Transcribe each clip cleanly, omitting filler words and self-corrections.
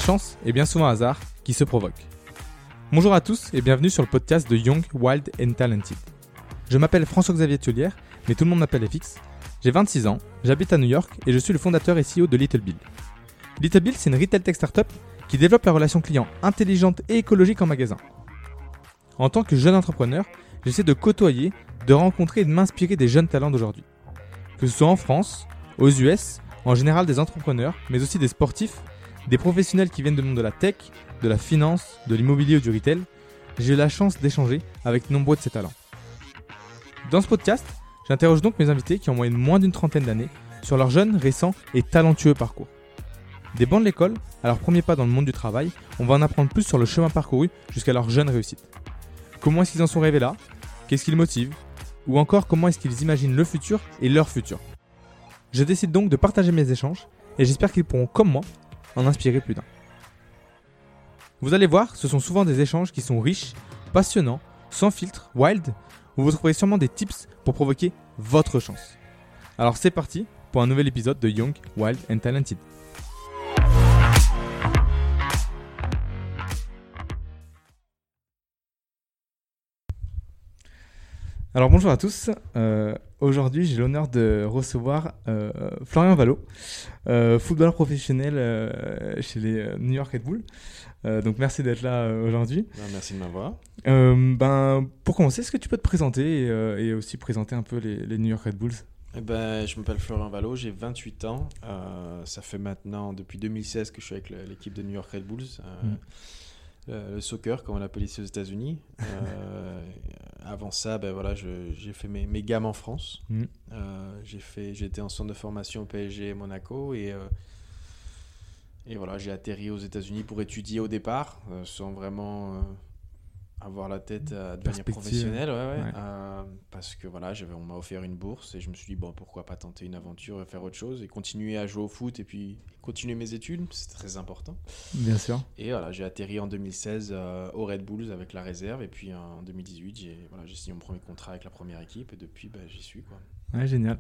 chance est bien souvent un hasard qui se provoque. Bonjour à tous et bienvenue sur le podcast de Young, Wild and Talented. Je m'appelle François-Xavier Thiolière, mais tout le monde m'appelle FX. J'ai 26 ans, j'habite à New York et je suis le fondateur et CEO de Little Bill. Little Bill, c'est une retail tech startup qui développe la relation client intelligente et écologique en magasin. En tant que jeune entrepreneur, j'essaie de côtoyer, de rencontrer et de m'inspirer des jeunes talents d'aujourd'hui. Que ce soit en France, aux US, en général des entrepreneurs, mais aussi des sportifs, des professionnels qui viennent du monde de la tech, de la finance, de l'immobilier ou du retail, j'ai eu la chance d'échanger avec nombreux de ces talents. Dans ce podcast, j'interroge donc mes invités qui ont en moyenne moins d'une trentaine d'années sur leur jeune, récent et talentueux parcours. Des bancs de l'école à leur premier pas dans le monde du travail, on va en apprendre plus sur le chemin parcouru jusqu'à leur jeune réussite. Comment est-ce qu'ils en sont arrivés là ? Qu'est-ce qui les motive ? Ou encore comment est-ce qu'ils imaginent le futur et leur futur ? Je décide donc de partager mes échanges et j'espère qu'ils pourront, comme moi, en inspirer plus d'un. Vous allez voir, ce sont souvent des échanges qui sont riches, passionnants, sans filtre, wild, où vous trouverez sûrement des tips pour provoquer votre chance. Alors c'est parti pour un nouvel épisode de Young, Wild and Talented. Alors bonjour à tous, aujourd'hui j'ai l'honneur de recevoir Florian Valot, footballeur professionnel chez les New York Red Bull. Donc merci d'être là aujourd'hui. Merci de m'avoir. Pour commencer, est-ce que tu peux te présenter et aussi présenter un peu les New York Red Bulls ? Je m'appelle Florian Valot, j'ai 28 ans. Ça fait maintenant depuis 2016 que je suis avec l'équipe de New York Red Bulls. Le soccer, comme on l'appelle ici aux États-Unis. Avant ça, j'ai fait mes gammes en France. J'ai été en centre de formation au PSG et Monaco et voilà, j'ai atterri aux États-Unis pour étudier au départ, sans vraiment avoir la tête à devenir professionnel. Parce que voilà, on m'a offert une bourse et je me suis dit pourquoi pas tenter une aventure et faire autre chose et continuer à jouer au foot et puis continuer mes études, c'est très important. Bien sûr. Et voilà, j'ai atterri en 2016 au Red Bulls avec la réserve et puis en 2018 j'ai signé mon premier contrat avec la première équipe et depuis j'y suis quoi. Ouais, génial.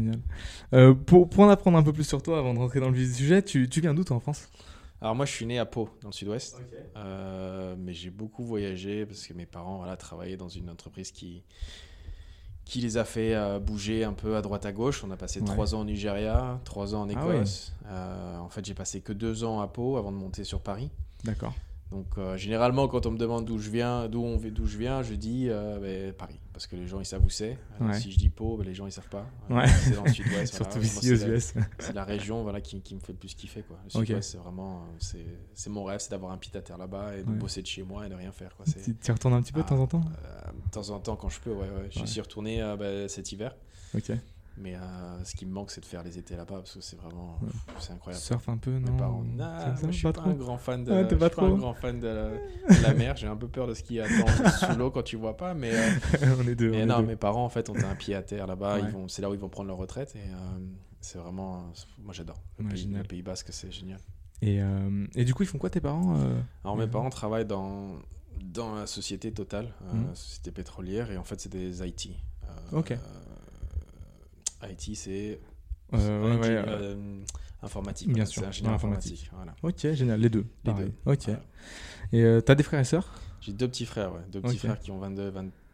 Pour en apprendre un peu plus sur toi avant de rentrer dans le vif du sujet, tu viens d'où toi en France ? Alors moi je suis né à Pau dans le sud-ouest, mais j'ai beaucoup voyagé parce que mes parents travaillaient dans une entreprise qui les a fait bouger un peu à droite à gauche. On a passé 3 ans au Nigeria, 3 ans en Écosse. En fait j'ai passé que 2 ans à Pau avant de monter sur Paris. D'accord. Donc généralement quand on me demande d'où je viens, je dis Paris, parce que les gens ils savent où c'est. Si je dis Pau, les gens ils savent pas. C'est dans le sud-ouest. Surtout ici aux US. C'est la région qui me fait le plus kiffer quoi. Le sud-ouest c'est vraiment c'est mon rêve, c'est d'avoir un pied à terre là-bas et de bosser de chez moi et de rien faire quoi. Tu y retournes un petit peu de temps en temps ? De temps en temps quand je peux, Je suis retourné cet hiver. Ok. Mais ce qui me manque, c'est de faire les étés là-bas parce que c'est vraiment c'est incroyable. Surf un peu, non ? Je suis pas un grand fan de la mer. J'ai un peu peur de ce qu'il y a sous l'eau quand tu vois pas. Mais on est deux. Mes parents en fait ont un pied à terre là-bas. C'est là où ils vont prendre leur retraite et c'est vraiment. Moi j'adore. Le Pays Basque, c'est génial. Et du coup, ils font quoi tes parents ? Alors mes parents travaillent dans la société Total, société pétrolière, et en fait c'est des IT. Ok. IT, c'est informatique. Bien sûr, c'est ingénieur informatique. Voilà. Ok, génial, les deux. Les deux. Ok. Voilà. Et t'as des frères et sœurs ? J'ai 2 petits frères, frères qui ont 22,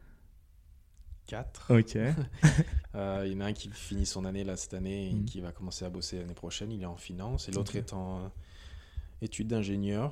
24. Ok. Il y en a un qui finit son année là cette année et qui va commencer à bosser l'année prochaine. Il est en finance et l'autre est en études d'ingénieur.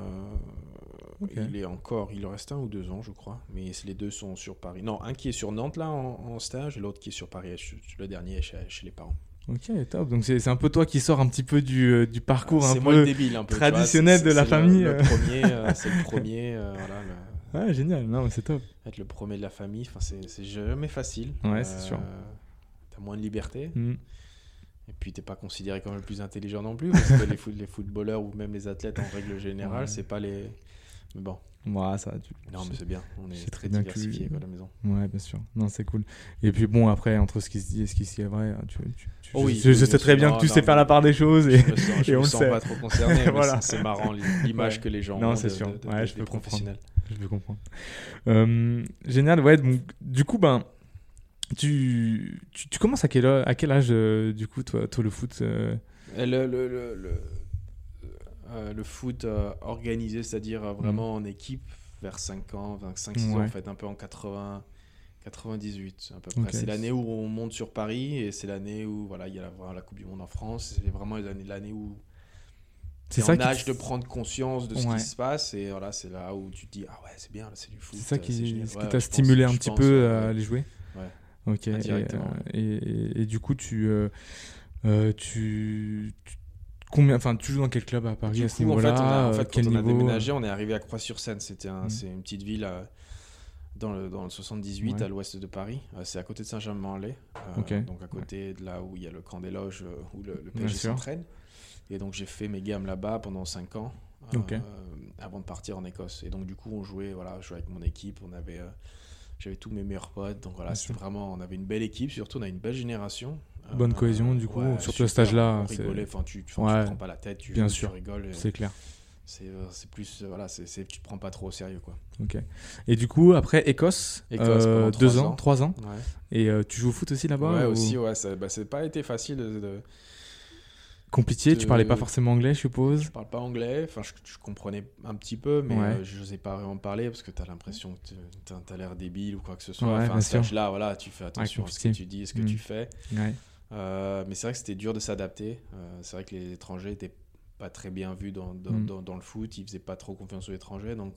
Il reste 1 ou 2 ans, je crois. Mais les 2 sont sur Paris. Non, un qui est sur Nantes là en stage et l'autre qui est sur Paris. Le dernier est chez les parents. Ok, top. Donc c'est un peu toi qui sors un petit peu du parcours un peu le débile, un peu traditionnel de la famille. C'est le premier. Ouais, génial. Non, mais c'est top. Être le premier de la famille, c'est jamais facile. Ouais, c'est sûr. T'as moins de liberté. Et puis t'es pas considéré comme le plus intelligent non plus parce que les footballeurs ou même les athlètes en règle générale, c'est pas les. Mais bon. Ouais, ça. Non, mais c'est bien. On est très bien diversifié à la maison. Ouais, bien sûr. Non, c'est cool. Et puis bon, après, entre ce qui se dit et ce qui s'y est vrai, je sais très bien que tu sais faire la part des choses et je me sens sait. pas trop concerné. Voilà. C'est marrant l'image que les gens ont. C'est sûr. Je peux professionnels. Je peux comprendre. Génial. Ouais. Donc, du coup, tu commences à quel âge du coup toi le foot le foot organisé, c'est-à-dire vraiment en équipe, vers 5 ans, 5-6 ans, en fait, un peu en 98 à peu près. C'est l'année où on monte sur Paris et c'est l'année où voilà, il y a la Coupe du Monde en France. C'est vraiment l'année où c'est en âge de prendre conscience de ce qui se passe et voilà, c'est là où tu te dis ah ouais, c'est bien, là, c'est du foot. C'est ça qui t'a stimulé un petit peu à aller jouer. Ouais. Ok. Et du coup, tu combien, enfin, tu joues dans quel club à Paris à ce niveau-là? En fait, quand on a déménagé, on est arrivé à Croix-sur-Seine. C'est une petite ville dans le 78 à l'ouest de Paris. C'est à côté de Saint-Germain-en-Laye, donc à côté de là où il y a le camp des loges où le PSG s'entraîne. Et donc j'ai fait mes gammes là-bas pendant 5 ans avant de partir en Écosse. Et donc du coup on jouait avec mon équipe. J'avais tous mes meilleurs potes. Donc voilà, c'était vraiment, on avait une belle équipe. Surtout on a une belle génération. Bonne cohésion du coup, surtout à cet âge-là. On rigolait. Enfin tu prends pas la tête, tu rigoles. C'est clair. C'est plus tu te prends pas trop au sérieux quoi. Ok. Et du coup après Écosse 2 ans, 3 ans. Ouais. Et tu joues au foot aussi là-bas? Ouais, aussi ouais. C'est pas été facile de... Compliqué, tu parlais pas forcément anglais, je suppose? Je parle pas anglais, enfin je comprenais un petit peu, mais je n'osais pas vraiment parler parce que tu as l'impression que tu as l'air débile ou quoi que ce soit. Enfin, à cet âge-là, voilà, tu fais attention à ce que tu dis, ce que tu fais. Ouais. Mais c'est vrai que c'était dur de s'adapter. C'est vrai que les étrangers n'étaient pas très bien vus dans le foot, ils faisaient pas trop confiance aux étrangers, donc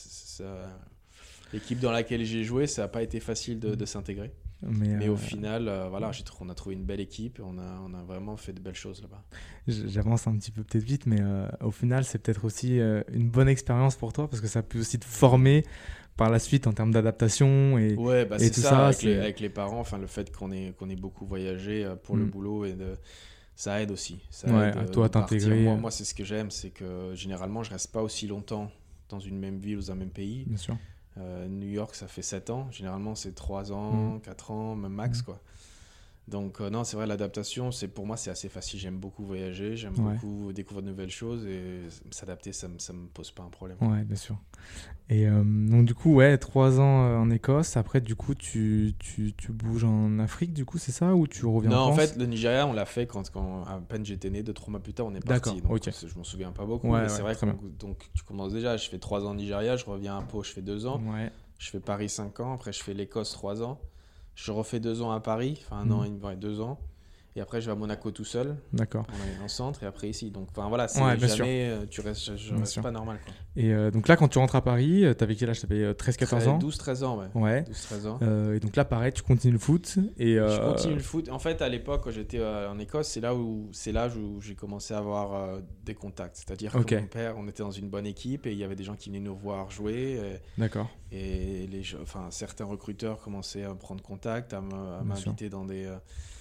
l'équipe dans laquelle j'ai joué, ça n'a pas été facile de s'intégrer. Mais au final, voilà, on a trouvé une belle équipe, on a vraiment fait de belles choses là-bas. J'avance un petit peu peut-être vite, mais au final, c'est peut-être aussi une bonne expérience pour toi parce que ça peut aussi te former par la suite en termes d'adaptation et c'est tout ça. Avec les parents, enfin le fait qu'on ait beaucoup voyagé pour le boulot ça aide aussi. Ça aide, toi à t'intégrer. Moi, c'est ce que j'aime, c'est que généralement, je reste pas aussi longtemps dans une même ville ou dans un même pays. Bien sûr. New York, ça fait 7 ans. Généralement, c'est 3 ans, 4 ans, même max, quoi. Donc, non, c'est vrai, l'adaptation, pour moi, c'est assez facile. J'aime beaucoup voyager, j'aime beaucoup découvrir de nouvelles choses et s'adapter, ça me pose pas un problème. Ouais, bien sûr. Et donc, du coup, 3 ans en Écosse. Après, du coup, tu bouges en Afrique, du coup, c'est ça? Ou tu reviens en France? Non, en fait, le Nigeria, on l'a fait quand à peine j'étais né, 2-3 mois plus tard, on est parti. Donc, je m'en souviens pas beaucoup. Mais c'est vrai que donc, tu commences déjà. Je fais 3 ans au Nigeria, je reviens à Pau, je fais 2 ans. Ouais. Je fais Paris 5 ans. Après, je fais l'Écosse 3 ans. Je refais 2 ans à Paris, enfin 1 an et 2 ans. Et après, je vais à Monaco tout seul. D'accord. On est en centre et après ici. Donc, voilà, c'est jamais. Tu restes, reste pas normal, quoi. Et donc là, quand tu rentres à Paris, t'avais quel âge? T'avais 13-14 ans? 12-13 ans, ouais. 12-13 ans. Et donc là, pareil, tu continues le foot. Je continue le foot. En fait, à l'époque, quand j'étais en Écosse, c'est l'âge où j'ai commencé à avoir des contacts. C'est-à-dire que mon père, on était dans une bonne équipe et il y avait des gens qui venaient nous voir jouer. D'accord. Et certains recruteurs commençaient à prendre contact, à m'inviter dans des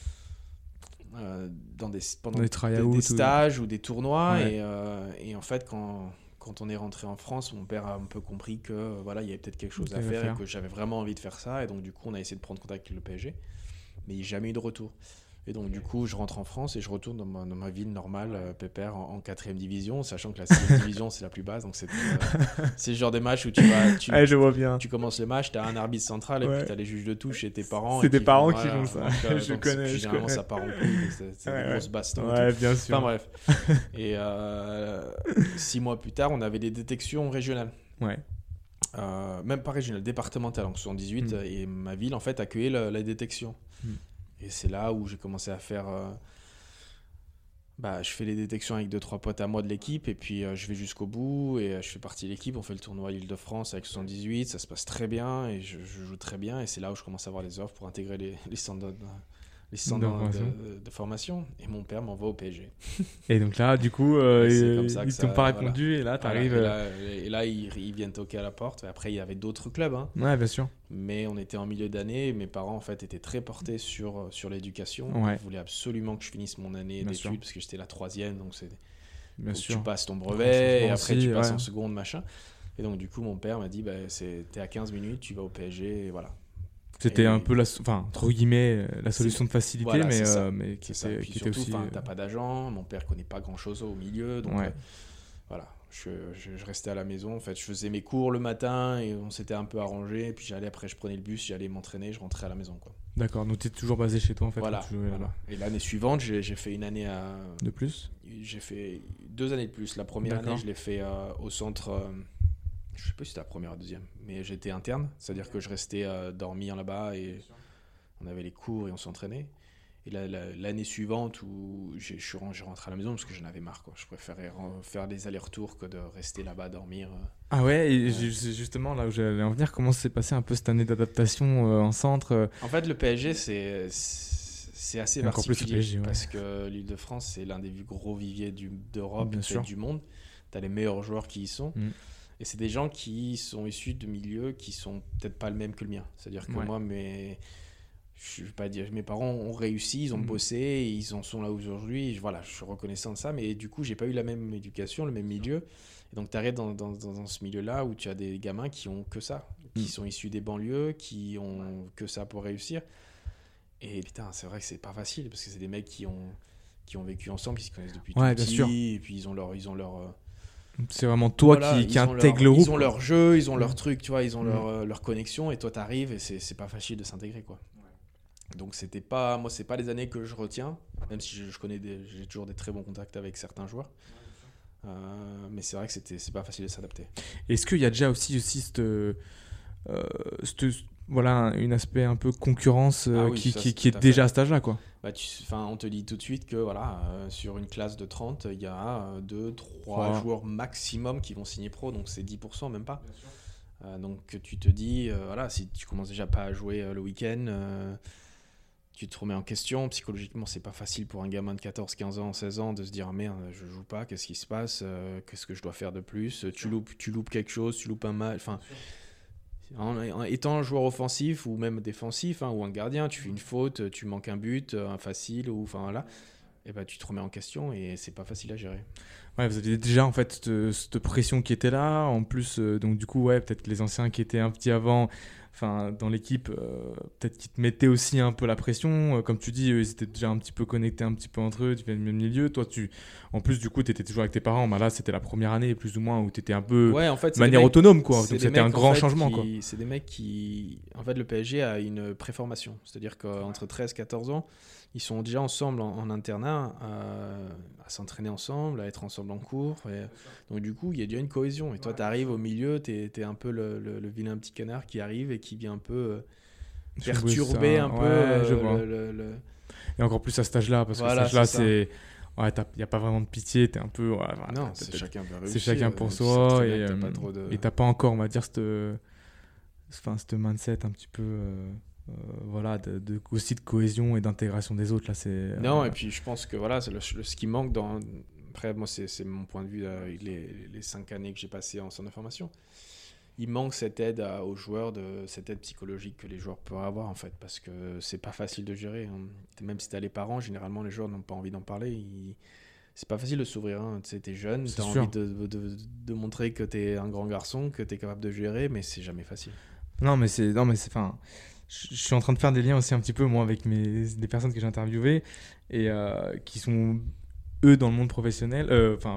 des stages ou des tournois. Et en fait, quand on est rentré en France, mon père a un peu compris que voilà, il y avait peut-être quelque chose à faire et que j'avais vraiment envie de faire ça. Et donc, du coup, on a essayé de prendre contact avec le PSG, mais il n'y a jamais eu de retour. Et donc, du coup, je rentre en France et je retourne dans ma ville normale, pépère, en 4e division, sachant que la 6e division, c'est la plus basse. Donc, c'est le genre de match où je vois bien. Tu commences le match, tu as un arbitre central et puis tu as les juges de touche et tes parents. C'est tes parents qui font ça. Je connais. Généralement, ça part en couille. C'est des grosses bastons. Ouais, bien sûr. Enfin, bref. Et 6 mois plus tard, on avait des détections régionales. Ouais. Même pas régionales, départementales en 78. Et ma ville, en fait, accueillait la détection. Et c'est là où j'ai commencé à faire... je fais les détections avec 2-3 potes à moi de l'équipe et puis je vais jusqu'au bout et je fais partie de l'équipe. On fait le tournoi Île-de-France avec 78, ça se passe très bien et je joue très bien. Et c'est là où je commence à avoir les offres pour intégrer les centres de formation. Et mon père m'envoie au PSG. Et donc là, du coup, ils ne t'ont pas répondu et là, tu arrives... Et là, ils viennent toquer à la porte. Après, il y avait d'autres clubs. Hein. Ouais, bien sûr. Mais on était en milieu d'année. Mes parents, en fait, étaient très portés sur l'éducation. Ouais. Ils voulaient absolument que je finisse mon année d'études parce que j'étais la 3e. Donc, tu passes ton brevet et après, tu passes en seconde, machin. Et donc, du coup, mon père m'a dit, t'es à 15 minutes, tu vas au PSG et voilà. C'était un peu entre guillemets la solution de facilité, voilà, mais qui était surtout, aussi... t'as pas d'agent, mon père connaît pas grand chose au milieu, donc voilà. Je restais à la maison. En fait, je faisais mes cours le matin et on s'était un peu arrangé. Et puis après, je prenais le bus, j'allais m'entraîner, je rentrais à la maison, quoi. D'accord, donc tu es toujours basé chez toi en fait. Voilà, quand tu jouais là-bas. Et l'année suivante, j'ai fait une année De plus? J'ai fait 2 années de plus. La première année, je l'ai fait au centre. Je sais pas si c'était la première ou la deuxième, mais j'étais interne, c'est-à-dire que je restais dormir là-bas et on avait les cours et on s'entraînait. Et l'année suivante où j'ai rentré à la maison parce que j'en avais marre, quoi. Je préférais faire des allers-retours que de rester là-bas dormir. Ah ouais, et c'est justement là où j'allais en venir, comment s'est passé un peu cette année d'adaptation en centre En fait, le PSG, c'est assez encore plus particulier le PSG, ouais. parce que l'Île-de-France, c'est l'un des gros viviers d'Europe Bien et sûr. du monde. Tu as les meilleurs joueurs qui y sont. Mm. Et c'est des gens qui sont issus de milieux qui sont peut-être pas le même que le mien. C'est-à-dire que moi, je vais pas dire, mes parents ont réussi, ils ont bossé, ils en sont là aujourd'hui. Voilà, je suis reconnaissant de ça, mais du coup, j'ai pas eu la même éducation, le même milieu. Et donc, tu arrives dans ce milieu-là où tu as des gamins qui ont que ça, qui sont issus des banlieues, qui ont que ça pour réussir. Et putain, c'est vrai que c'est pas facile parce que c'est des mecs qui ont vécu ensemble, qui se connaissent depuis tout bien petit, sûr. et puis ils ont leur c'est vraiment toi voilà, qui intègre le groupe. Ils ont leur jeu, ils ont leur truc, tu vois, ils ont leur connexion, et toi t'arrives et c'est pas facile de s'intégrer, quoi. Donc c'est pas les années que je retiens, même si j'ai toujours des très bons contacts avec certains joueurs. Mais c'est vrai que c'est pas facile de s'adapter. Est-ce qu'il y a déjà aussi voilà, un aspect un peu concurrence qui est déjà à cet âge-là, quoi. On te dit tout de suite que voilà, sur une classe de 30, il y a 2-3 joueurs maximum qui vont signer pro, donc c'est 10%, même pas. Donc tu te dis, voilà, si tu commences déjà pas à jouer le week-end, tu te remets en question. Psychologiquement, c'est pas facile pour un gamin de 14, 15 ans, 16 ans de se dire ah, merde, je joue pas, qu'est-ce qui se passe, qu'est-ce que je dois faire de plus, tu loupes quelque chose, tu loupes un match. Enfin, en étant un joueur offensif ou même défensif, ou un gardien, tu fais une faute, tu manques un but, un facile, ou enfin voilà, et ben tu te remets en question et c'est pas facile à gérer. Ouais, vous aviez déjà en fait cette pression qui était là, en plus donc du coup peut-être les anciens qui étaient un petit avant, enfin dans l'équipe, peut-être qu'ils te mettaient aussi un peu la pression, comme tu dis, eux, ils étaient déjà un petit peu connectés un petit peu entre eux, tu viens du même milieu, toi en plus du coup tu étais toujours avec tes parents, là c'était la première année plus ou moins où tu étais un peu en fait, de manière autonome, quoi. Donc c'était un grand changement, quoi. C'est des mecs qui, en fait, le PSG a une préformation, c'est-à-dire qu'entre 13 et 14 ans, ils sont déjà ensemble en internat, à s'entraîner ensemble, à être ensemble en cours. Donc du coup, il y a déjà une cohésion. Et toi, tu arrives au milieu, tu es un peu le vilain petit canard qui arrive et qui vient un peu perturber un peu Et encore plus à cet âge-là, parce que cet âge-là, c'est... Ouais, il n'y a pas vraiment de pitié, t'es un peu... non, c'est chacun peut réussir. C'est chacun pour soi, et t'as pas encore, on va dire, cette mindset un petit peu... aussi de cohésion et d'intégration des autres, là, c'est... Non, et puis je pense que voilà, c'est ce qui manque dans... Après, moi, c'est mon point de vue, les 5 années que j'ai passées en centre de formation. Il manque cette aide aux joueurs, cette aide psychologique que les joueurs peuvent avoir, en fait, parce que c'est pas facile de gérer, hein. Même si t'as les parents, généralement, les joueurs n'ont pas envie d'en parler. C'est pas facile de s'ouvrir, hein. Tu sais, t'es jeune, t'as envie de montrer que t'es un grand garçon, que t'es capable de gérer, mais c'est jamais facile. Non, mais c'est... Enfin, je suis en train de faire des liens aussi un petit peu, moi, avec des personnes que j'ai interviewées et qui sont... eux dans le monde professionnel,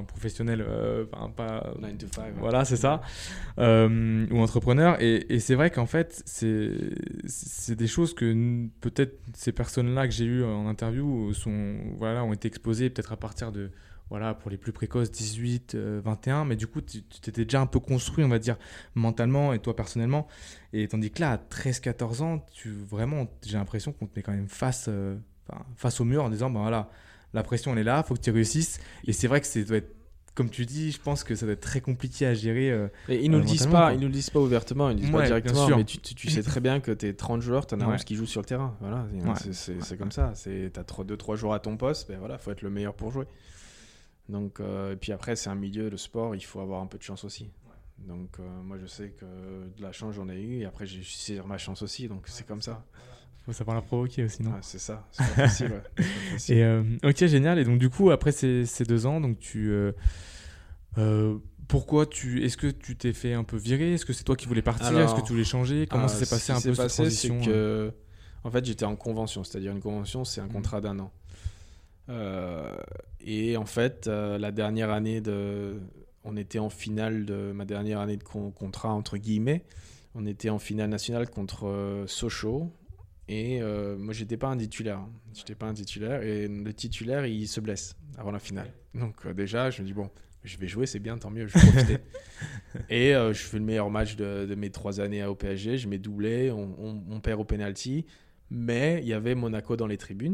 pas 9 to 5. Voilà, c'est ça, ou entrepreneur. Et c'est vrai qu'en fait, c'est des choses que peut-être ces personnes-là que j'ai eues en interview ont été exposées peut-être à partir de, pour les plus précoces, 18, 21. Mais du coup, tu t'étais déjà un peu construit, on va dire, mentalement et toi personnellement. Et tandis que là, à 13, 14 ans, j'ai l'impression qu'on te met quand même face au mur en disant, la pression elle est là, faut que tu réussisses. Et c'est vrai que ça doit être, comme tu dis, je pense que ça doit être très compliqué à gérer. Et ils nous le disent pas, ils nous le disent pas ouvertement, ils nous disent pas directement, mais tu sais très bien que t'es 30 joueurs, t'en as 11 qui jouent sur le terrain. Voilà, c'est comme ça. T'as 2-3 joueurs à ton poste, faut être le meilleur pour jouer. Donc, et puis après, c'est un milieu de sport, il faut avoir un peu de chance aussi. Donc moi je sais que de la chance j'en ai eu, et après j'ai sur ma chance aussi, donc c'est comme ça. Faut savoir la provoquer aussi, non ? C'est ça, c'est pas facile. Et ok, génial. Et donc du coup, après ces 2 ans, donc est-ce que tu t'es fait un peu virer ? Est-ce que c'est toi qui voulais partir ? Est-ce que tu voulais changer ? Comment ça s'est passé un peu cette transition ? C'est que, en fait, j'étais en convention, c'est-à-dire une convention, c'est un contrat d'1 an. Et en fait, la dernière année on était en finale de ma dernière année de contrat, entre guillemets. On était en finale nationale contre Sochaux. Et moi, j'étais pas un titulaire. J'étais pas un titulaire. Et le titulaire, il se blesse avant la finale. Donc déjà, je me dis, bon, je vais jouer, c'est bien, tant mieux, je vais profiter. Et je fais le meilleur match de mes 3 années au PSG. Je mets doublé, on perd au penalty. Mais il y avait Monaco dans les tribunes.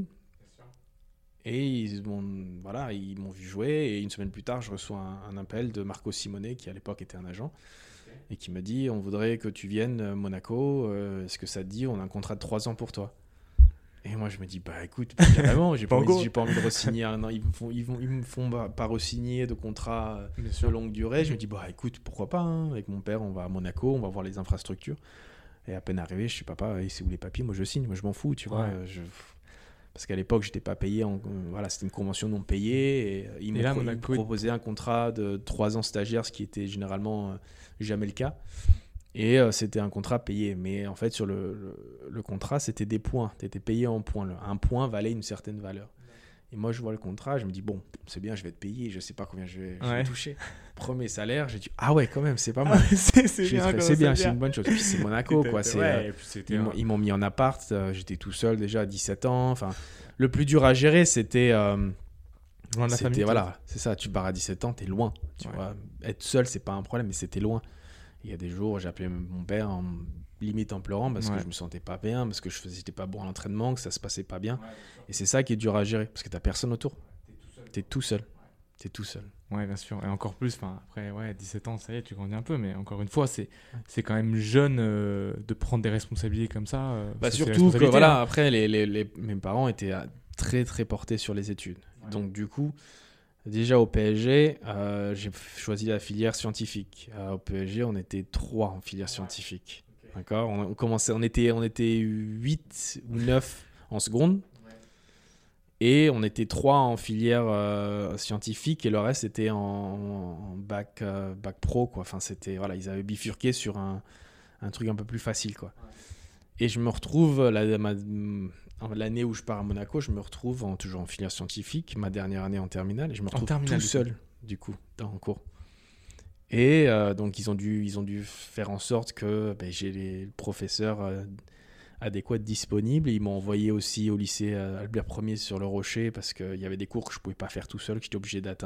Et ils m'ont vu jouer. Et une semaine plus tard, je reçois un appel de Marco Simone, qui à l'époque était un agent, et qui me dit, on voudrait que tu viennes Monaco. Est-ce que ça te dit, on a un contrat de 3 ans pour toi. Et moi, je me dis, bah écoute, carrément, j'ai pas envie de re-signer un an. Ils me font pas re-signer de contrat de longue durée. Je me dis, bah écoute, pourquoi pas, hein. Avec mon père, on va à Monaco, on va voir les infrastructures. Et à peine arrivé, je suis papa, c'est où les papiers? Moi, je signe, moi, je m'en fous, tu vois. Parce qu'à l'époque, j'étais pas payé. C'était une convention non payée. Et ils m'ont proposé un contrat de 3 ans stagiaire, ce qui était généralement jamais le cas. Et c'était un contrat payé. Mais en fait, sur le contrat, c'était des points. Tu étais payé en points. Un point valait une certaine valeur. Et moi, je vois le contrat, je me dis, bon, c'est bien, je vais être payé. Je sais pas combien je vais toucher. Premier salaire, j'ai dit, ah ouais, quand même, c'est pas mal. C'est bien, c'est une bonne chose. Puis c'est Monaco, quoi. Ils m'ont mis en appart. J'étais tout seul déjà à 17 ans. Enfin, le plus dur à gérer, c'était... loin de la famille. Voilà, c'est ça. Tu pars à 17 ans, t'es loin. Tu vois. Être seul, c'est pas un problème, mais c'était loin. Il y a des jours, j'ai appelé mon père limite en pleurant parce que je me sentais pas bien, parce que j'étais pas bon à l'entraînement, que ça se passait pas bien. Et c'est ça qui est dur à gérer, parce que t'as personne autour. T'es tout seul. Ouais, bien sûr. Et encore plus, après 17 ans, ça y est, tu grandis un peu, mais encore une fois, c'est quand même jeune de prendre des responsabilités comme ça. Surtout que voilà, après, mes parents étaient très très portés sur les études. Ouais. Donc du coup, déjà au PSG, j'ai choisi la filière scientifique. Au PSG, on était 3 en filière scientifique. Okay. D'accord. On était 8 ou 9 en seconde. Et on était 3 en filière scientifique et le reste était en bac pro, quoi. Enfin, ils avaient bifurqué sur un truc un peu plus facile, quoi. Ouais. Et je me retrouve, l'année où je pars à Monaco, je me retrouve toujours en filière scientifique, ma dernière année en terminale, et je me retrouve tout seul, du coup, en cours. Et donc, ils ont dû faire en sorte que j'ai les professeurs adéquats disponibles. Ils m'ont envoyé aussi au lycée Albert Ier sur le Rocher parce qu'il y avait des cours que je ne pouvais pas faire tout seul, que j'étais obligé d'être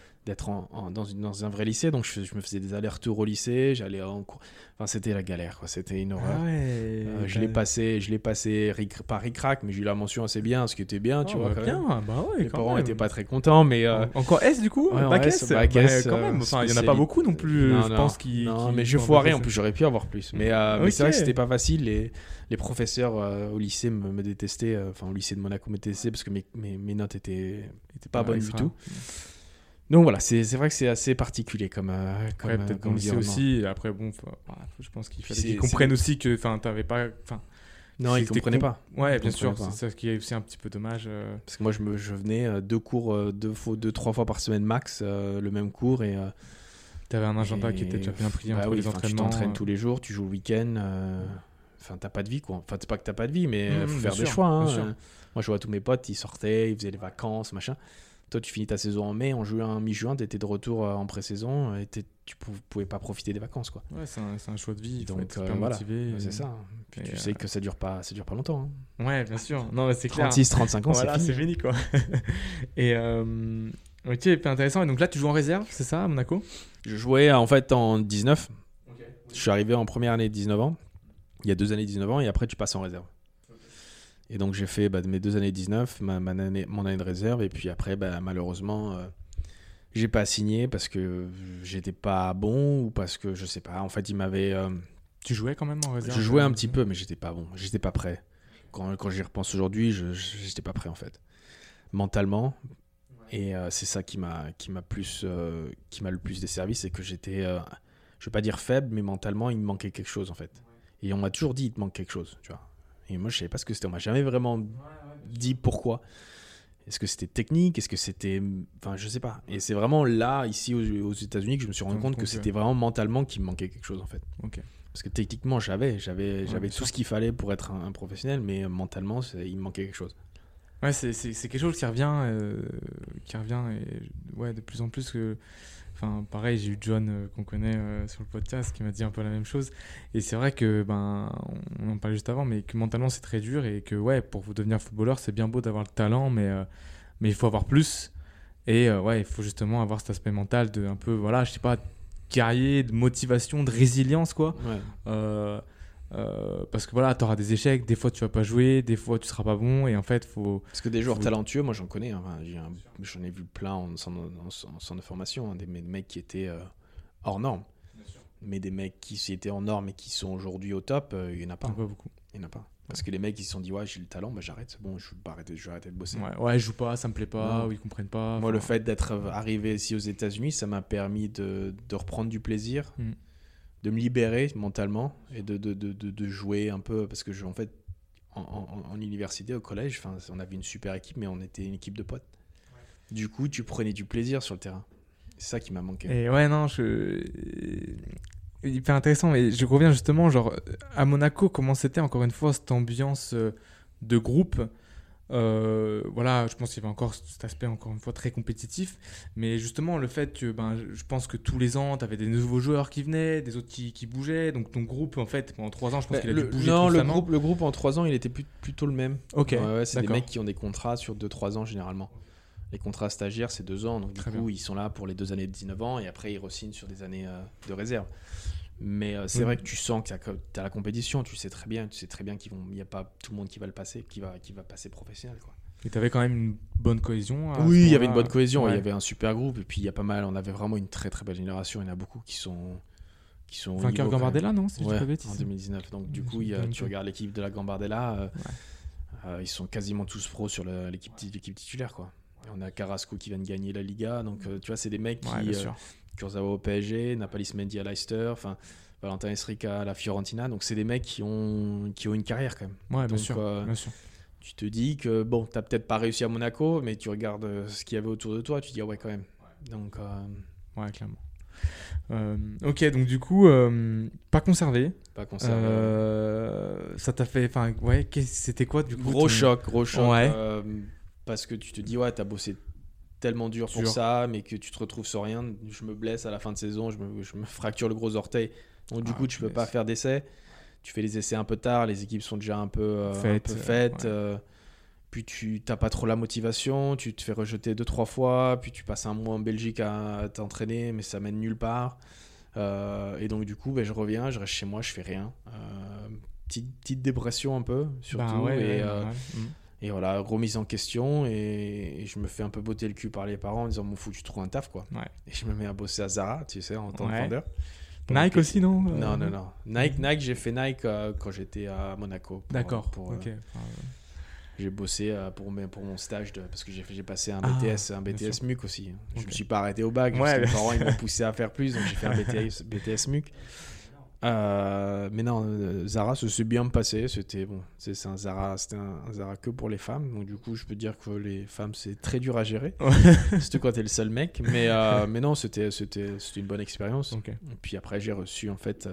dans un vrai lycée. Donc je me faisais des allers-retours au lycée, j'allais en cours. Enfin, c'était la galère, quoi. C'était une horreur. Je l'ai passé pas ric-rac, mais j'ai eu la mention assez bien, ce qui était bien, tu vois. Bien, les parents n'étaient pas très contents, mais... Encore S, du coup? Bac S, quand même. Enfin, il n'y en a pas beaucoup non plus, je pense. Non, mais j'ai foiré, en plus, j'aurais pu avoir plus. Mais c'est vrai que c'était pas facile. Les professeurs au lycée me détestaient, au lycée de Monaco me détestaient parce que mes notes étaient pas bonnes du tout. Donc voilà, c'est vrai que c'est assez particulier comme peut-être dans le lycée aussi. Après, bon, je pense qu'il fallait qu'ils comprennent aussi que t'avais pas... Non, ils ne comprenaient pas. Ouais, bien sûr, c'est ça qui est aussi un petit peu dommage. Parce que moi, je venais 2 cours, 2-3 fois par semaine max, le même cours. Et t'avais un agenda qui était déjà bien pris entre les entraînements. Tu t'entraînes tous les jours, tu joues le week-end. T'as pas de vie, quoi. Enfin, c'est pas que t'as pas de vie, mais il faut faire des choix. Hein. Moi, je vois tous mes potes, ils sortaient, ils faisaient les vacances, machin. Toi, tu finis ta saison en mai, en juin, mi-juin, t'étais de retour en pré-saison et tu pouvais pas profiter des vacances, quoi. Ouais, c'est un choix de vie. Donc, il faut être super motivé. C'est ça. Puis tu sais que ça dure pas longtemps. Hein. Ouais, bien sûr. Non, mais c'est clair. 36-35 ans, c'est fini, quoi. Et ok, intéressant. Et donc là, tu joues en réserve, c'est ça, à Monaco? Je jouais en fait en 19. Okay. Je suis arrivé en première année de 19 ans. Il y a 2 années de 19 ans et après, tu passes en réserve. Et donc, j'ai fait mes 2 années 19, mon année de réserve. Et puis après, malheureusement, j'ai pas signé parce que j'étais pas bon ou parce que je sais pas. En fait, il m'avait... Tu jouais quand même en réserve? Je jouais un petit peu, mais j'étais pas bon. J'étais pas prêt. Quand j'y repense aujourd'hui, j'étais pas prêt, en fait. Mentalement. Ouais. Et c'est ça qui m'a le plus desservi. C'est que j'étais... je vais pas dire faible, mais mentalement, il me manquait quelque chose, en fait. Ouais. Et on m'a toujours dit, il te manque quelque chose, tu vois. Et moi, je savais pas ce que c'était. On m'a jamais vraiment dit pourquoi. Est-ce que c'était technique? Est-ce que c'était... Enfin, je sais pas. Et c'est vraiment là, ici aux États-Unis, que je me suis rendu compte que c'était vraiment mentalement qu'il me manquait quelque chose, en fait. Okay. Parce que techniquement, j'avais tout ce qu'il fallait pour être un professionnel, mais mentalement, il me manquait quelque chose. Ouais, c'est quelque chose qui revient et ouais, de plus en plus que. Enfin, pareil, j'ai eu John qu'on connaît sur le podcast qui m'a dit un peu la même chose. Et c'est vrai que, on en parlait juste avant, mais que mentalement c'est très dur et que, ouais, pour vous devenir footballeur, c'est bien beau d'avoir le talent, mais il faut avoir plus. Et ouais, il faut justement avoir cet aspect mental de un peu, voilà, je sais pas, guerrier, de motivation, de résilience, quoi. Ouais. Parce que voilà, tu auras des échecs, des fois tu vas pas jouer, des fois tu seras pas bon, et en fait, faut. Parce que des joueurs talentueux, moi j'en connais, hein. J'en ai vu plein en centre de formation, hein, des mecs qui étaient hors normes. Mais des mecs qui étaient en normes et qui sont aujourd'hui au top, il n'y en a pas. Pas beaucoup. Il n'y en a pas. Parce que les mecs ils se sont dit, ouais, j'ai le talent, j'arrête, c'est bon, je vais arrêter de bosser. Ouais, je joue pas, ça me plaît pas, ou ils comprennent pas. Moi, le fait d'être arrivé ici aux États-Unis, ça m'a permis de reprendre du plaisir. De me libérer mentalement et de jouer un peu, parce que en fait en université, au collège, on avait une super équipe, mais on était une équipe de potes. Du coup tu prenais du plaisir sur le terrain, c'est ça qui m'a manqué. Et ouais, non, hyper intéressant. Et je reviens justement, genre à Monaco, comment c'était encore une fois cette ambiance de groupe. Voilà, je pense qu'il y avait encore cet aspect encore une fois très compétitif, mais justement le fait que je pense que tous les ans tu avais des nouveaux joueurs qui venaient, des autres qui bougeaient, donc ton groupe en fait pendant 3 ans je pense qu'il a dû bouger constamment. Le groupe en 3 ans il était plutôt le même. Ok, ouais, c'est d'accord. des mecs qui ont des contrats sur 2-3 ans généralement. Les contrats stagiaires c'est 2 ans, donc du coup ils sont là pour les 2 années de 19 ans et après ils re-signent sur des années de réserve. Mais c'est vrai que tu sens que tu as la compétition, tu sais très bien qu'il n'y a pas tout le monde qui va le passer, qui va passer professionnel, quoi. Et tu avais quand même une bonne cohésion. Oui, il y avait une bonne cohésion, il y avait un super groupe et puis il y a pas mal, on avait vraiment une très très belle génération, il y en a beaucoup qui sont vainqueur Gambardella, non, si je dis pas bêtise. En 2019. Donc du coup, tu regardes l'équipe de la Gambardella, ils sont quasiment tous pros sur l'équipe titulaire, quoi. Et on a Carrasco qui vient de gagner la Liga, donc tu vois, c'est des mecs qui Kurzawa au PSG, Nampalis Mendy à Leicester, Valentin Esrica à la Fiorentina, donc c'est des mecs qui ont une carrière quand même. Ouais, donc, bien sûr. Tu te dis que bon, t'as peut-être pas réussi à Monaco, mais tu regardes ce qu'il y avait autour de toi, tu te dis ouais quand même. Donc ouais, clairement. Ok, donc du coup, pas conservé. Ça t'a fait, c'était quoi du coup Gros choc. Ouais. Parce que tu te dis ouais, t'as bossé tellement dur pour ça, mais que tu te retrouves sans rien. Je me blesse à la fin de saison, je me fracture le gros orteil. Donc du coup, tu peux pas faire d'essais. Tu fais les essais un peu tard, les équipes sont déjà un peu faites. Puis tu n'as pas trop la motivation, tu te fais rejeter 2-3 fois, puis tu passes un mois en Belgique à t'entraîner, mais ça mène nulle part. Et donc du coup, je reviens, je reste chez moi, je fais rien. Petite dépression un peu, surtout. Et voilà, remise en question, et je me fais un peu botter le cul par les parents en disant « Faut que tu trouves un taf, quoi. » Et je me mets à bosser à Zara, tu sais, en tant que vendeur. Nike aussi, non? Non. Nike, j'ai fait Nike quand j'étais à Monaco. D'accord. J'ai bossé pour mon stage parce que j'ai passé un BTS MUC aussi. Je me suis pas arrêté au bac parce que mes parents ils m'ont poussé à faire plus, donc j'ai fait un BTS MUC. Mais non, Zara, ça s'est bien passé. C'était un Zara que pour les femmes. Donc du coup, je peux dire que les femmes c'est très dur à gérer, surtout quand t'es le seul mec. Mais non, c'était une bonne expérience. Okay. Et puis après, j'ai reçu en fait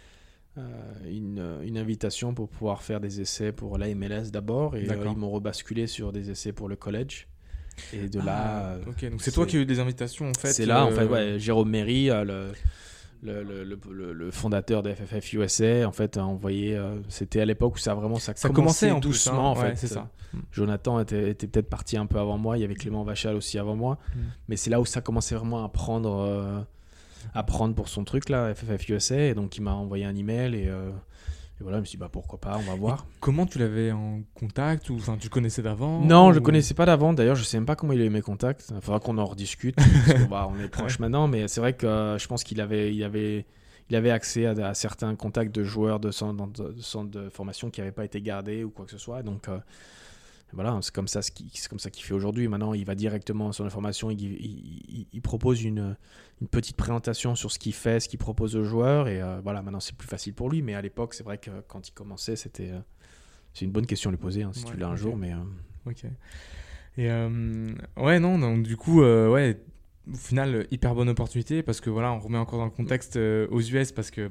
une invitation pour pouvoir faire des essais pour la MLS d'abord, et ils m'ont rebasculé sur des essais pour le college. Et de là, ok, donc c'est toi qui as eu des invitations en fait. C'est là en fait, ouais, Jérôme Méry, le fondateur de FFF USA, en fait, a envoyé. C'était à l'époque où ça commençait en doucement. Plus, hein. En fait, c'est ça. Jonathan était peut-être parti un peu avant moi. Il y avait Clément Vachal aussi avant moi, mais c'est là où ça commençait vraiment à prendre pour son truc là, FFF USA. Et donc il m'a envoyé un email et voilà, je me suis dit pourquoi pas, on va voir. Et comment tu l'avais en contact, ou tu le connaissais d'avant? Non, je connaissais pas d'avant. D'ailleurs, je sais même pas comment il a eu mes contacts. Il faudra qu'on en rediscute parce qu'on est proches maintenant, mais c'est vrai que je pense qu'il avait accès à certains contacts de joueurs de centres de formation qui n'avaient pas été gardés ou quoi que ce soit. Donc voilà, c'est comme ça qu'il fait aujourd'hui. Maintenant, il va directement sur la formation, il propose une petite présentation sur ce qu'il fait, ce qu'il propose aux joueurs, et voilà, maintenant c'est plus facile pour lui. Mais à l'époque, c'est vrai que quand il commençait, c'est une bonne question à lui poser, si tu l'as un jour. Mais ok. Et non, donc du coup, au final, hyper bonne opportunité, parce que voilà, on remet encore dans le contexte aux US, parce que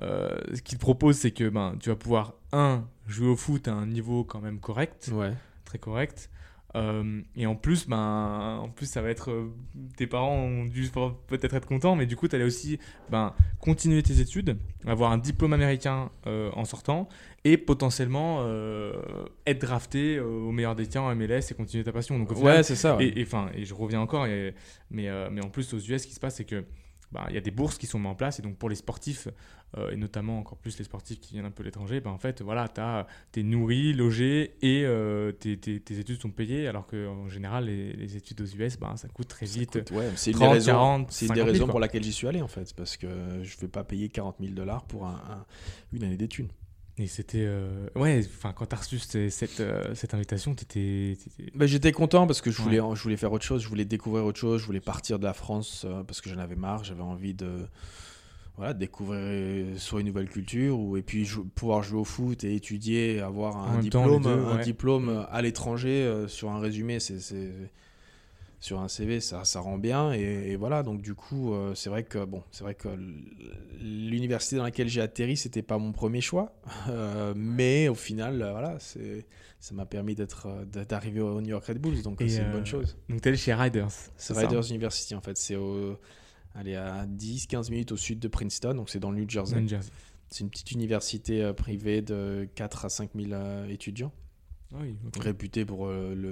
ce qu'il te propose, c'est que tu vas pouvoir jouer au foot à un niveau quand même correct, très correct. Et en plus, ça va être tes parents ont dû peut-être être contents, mais du coup, tu allais aussi continuer tes études, avoir un diplôme américain en sortant et potentiellement être drafté au meilleur des tiens en MLS et continuer ta passion. Donc, au final, c'est ça. Ouais. Et je reviens encore, mais en plus, aux US, ce qui se passe, c'est que il y a des bourses qui sont mises en place, et donc pour les sportifs, et notamment encore plus les sportifs qui viennent un peu de l'étranger, en fait, voilà, t'es nourri, logé et tes études sont payées, alors qu'en général, les études aux US, ça coûte très vite. C'est 30, 40, c'est une des raisons pour laquelle j'y suis allé, en fait, parce que je ne vais pas payer $40,000 pour une année d'études. Et c'était... quand tu as reçu cette invitation, j'étais content parce que je voulais faire autre chose, je voulais découvrir autre chose, je voulais partir de la France parce que j'en avais marre, j'avais envie de découvrir soit une nouvelle culture et puis pouvoir jouer au foot et étudier, avoir un diplôme à l'étranger sur un résumé, sur un CV, ça rend bien et voilà. Donc du coup, c'est vrai que l'université dans laquelle j'ai atterri, c'était pas mon premier choix, mais au final, ça m'a permis d'arriver au New York Red Bulls, donc c'est une bonne chose. Donc tu es allé chez Riders. C'est Riders University en fait, c'est à 10-15 minutes au sud de Princeton, donc c'est dans le New Jersey. C'est une petite université privée de 4 à 5 000 étudiants. Oui, okay. Réputés pour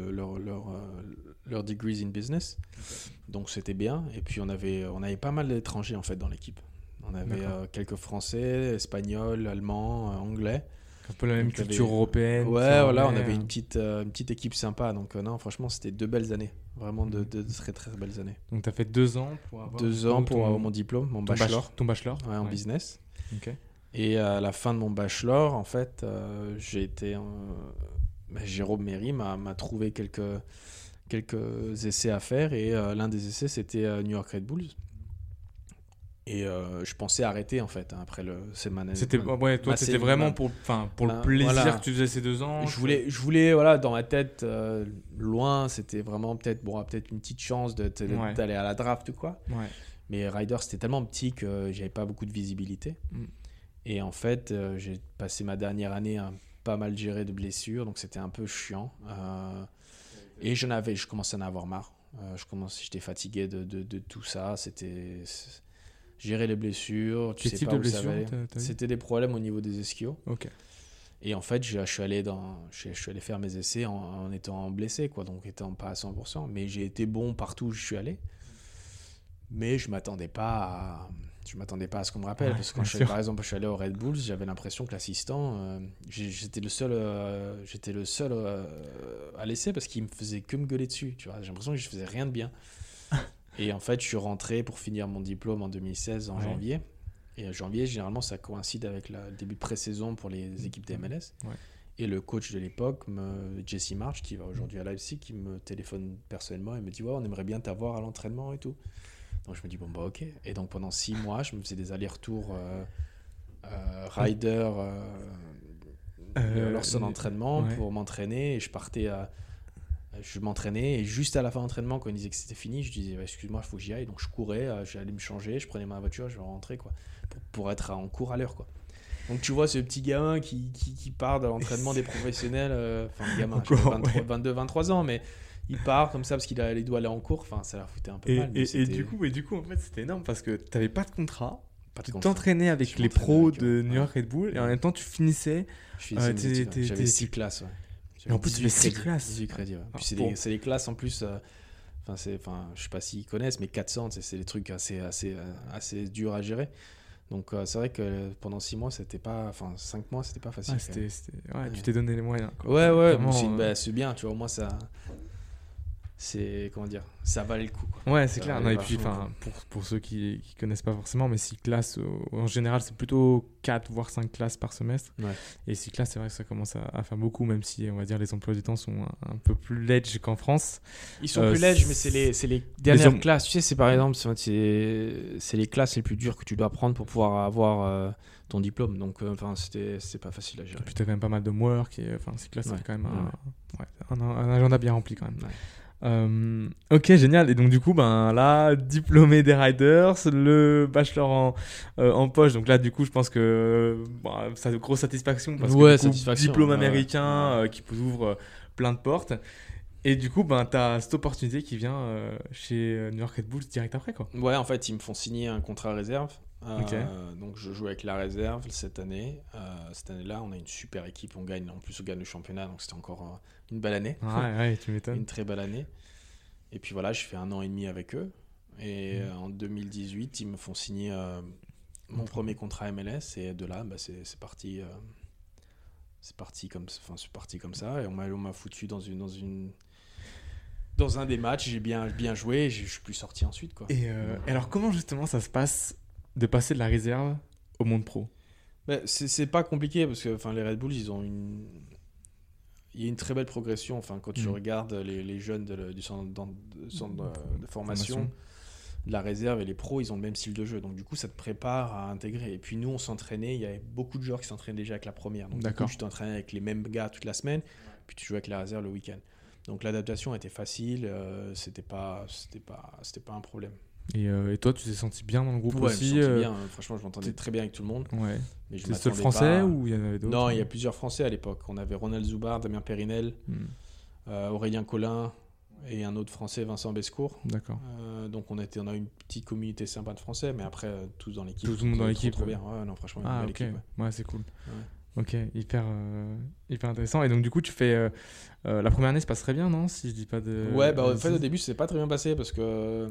leur degrees in business. Okay. Donc c'était bien. Et puis on avait pas mal d'étrangers en fait dans l'équipe. On avait quelques Français, Espagnols, Allemands, Anglais. Un peu la même culture européenne. Ouais, voilà, on avait une petite équipe sympa. Donc non, franchement, c'était 2 belles années. Vraiment de très très belles années. Donc tu as fait 2 ans pour avoir... 2 ans pour avoir mon diplôme, mon bachelor. Ton bachelor en business. Ok. Et à la fin de mon bachelor, en fait, j'ai été... Jérôme Méry m'a trouvé quelques essais à faire et l'un des essais c'était New York Red Bulls et je pensais arrêter en fait après c'était vraiment pour le plaisir que tu faisais ces 2 ans. Je voulais voilà, dans ma tête loin, c'était vraiment peut-être une petite chance d'aller à la draft ou quoi. Ouais. Mais Ryder c'était tellement petit que j'avais pas beaucoup de visibilité. Et en fait j'ai passé ma dernière année pas mal géré de blessures, donc c'était un peu chiant. Et je commençais à en avoir marre. J'étais fatigué de tout ça. C'était gérer les blessures. Tu sais pas où ça va. C'était des problèmes au niveau des ischios. Ok. Et en fait, je suis allé faire mes essais en étant blessé, quoi, donc étant pas à 100%. Mais j'ai été bon partout où je suis allé. Mais je m'attendais pas à ce qu'on me rappelle, parce que quand par exemple je suis allé au Red Bulls, j'avais l'impression que l'assistant j'étais le seul à l'essai parce qu'il me faisait que me gueuler dessus, tu vois. J'ai l'impression que je faisais rien de bien. Et en fait je suis rentré pour finir mon diplôme en 2016 en janvier, et janvier généralement ça coïncide avec le début de pré-saison pour les équipes des MLS. Et le coach de l'époque, Jesse March, qui va aujourd'hui à Leipzig, qui me téléphone personnellement et me dit on aimerait bien t'avoir à l'entraînement et tout. Donc je me dis ok. Et donc pendant 6 mois, je me faisais des allers-retours rider lors de son entraînement pour m'entraîner. Et je m'entraînais et juste à la fin de l'entraînement, quand il disait que c'était fini, je disais excuse-moi, il faut que j'y aille. Donc je courais, j'allais me changer, je prenais ma voiture, je rentrais quoi, pour être en cours à l'heure quoi. Donc tu vois ce petit gamin qui part de l'entraînement des professionnels, gamin, 22-23 ans, mais il part comme ça parce qu'il doit aller en cours, ça leur foutait un peu mal. Et du coup, en fait, c'était énorme parce que tu n'avais pas de contrat, tu t'entraînais avec les pros de New York Red Bull et en même temps tu finissais. J'avais 6 classes. Et en plus, tu fais 6 classes. 18 crédits. Puis c'est des classes en plus. Je sais pas s'ils connaissent, mais 400, c'est des trucs assez durs à gérer. Donc c'est vrai que pendant 6 mois, 5 mois, c'était pas facile. Tu t'es donné les moyens. Quoi. Ouais. C'est bien, tu vois, au moins ça. C'est, ça valait le coup, quoi. Ouais, c'est clair. Et puis, pour ceux qui connaissent pas forcément, mais 6 classes, en général, c'est plutôt 4 voire 5 classes par semestre. Ouais. Et 6 classes, c'est vrai que ça commence à faire beaucoup, même si, on va dire, les emplois du temps sont un peu plus ledge qu'en France. Ils sont plus ledge, mais c'est les dernières classes. Tu sais, c'est par exemple, c'est les classes les plus dures que tu dois prendre pour pouvoir avoir ton diplôme. Donc, c'est pas facile à gérer. Et puis, t'as quand même pas mal de work. Et 6 classes, c'est quand même un agenda bien rempli, quand même. Ouais. Ok, génial. Et donc du coup, là, diplômé des Riders, le bachelor en poche. Donc là, du coup, je pense que ça a une grosse satisfaction parce que diplôme américain qui vous ouvre plein de portes. Et du coup, ben, tu as cette opportunité qui vient chez New York Red Bulls direct après, quoi. Ouais, en fait, ils me font signer un contrat réserve. Ok. Donc, je joue avec la réserve cette année. Cette année-là, on a une super équipe. On gagne le championnat. Donc, c'était encore une belle année. Ouais, tu m'étonnes. Une très belle année. Et puis voilà, je fais 1 an et demi avec eux. Et en 2018, ils me font signer mon premier contrat MLS. Et de là, bah, c'est parti. C'est parti comme ça. Et on m'a foutu dans un des matchs. J'ai bien joué. Et je suis plus sorti ensuite, quoi. Et alors, comment justement ça se passe de passer de la réserve au monde pro? C'est pas compliqué parce que les Red Bulls, il y a une très belle progression. Quand tu regardes les jeunes du centre de formation, de la réserve et les pros, ils ont le même style de jeu. Donc du coup, ça te prépare à intégrer. Et puis nous, on s'entraînait. Il y avait beaucoup de joueurs qui s'entraînaient déjà avec la première. Donc du coup, tu t'entraînais avec les mêmes gars toute la semaine. Puis tu jouais avec la réserve le week-end. Donc l'adaptation était facile. C'était pas un problème. Et toi, tu t'es senti bien dans le groupe aussi? Je me sentais bien. Franchement, je m'entendais très bien avec tout le monde. Ouais. Mais je t'es le seul français ou il y en avait d'autres? Non, il y a plusieurs Français à l'époque. On avait Ronald Zubar, Damien Périnel, Aurélien Collin et un autre Français, Vincent Bescourt. D'accord. Donc on a une petite communauté sympa de Français, mais après tous dans l'équipe. Tout le monde dans l'équipe. Trop bien. Ouais, non, franchement, une belle équipe. Ouais, c'est cool. Ouais. Ok, hyper intéressant. Et donc du coup, tu fais la première année se passe très bien, non? Si je dis pas de. Ouais, en fait au début, c'est pas très bien passé parce que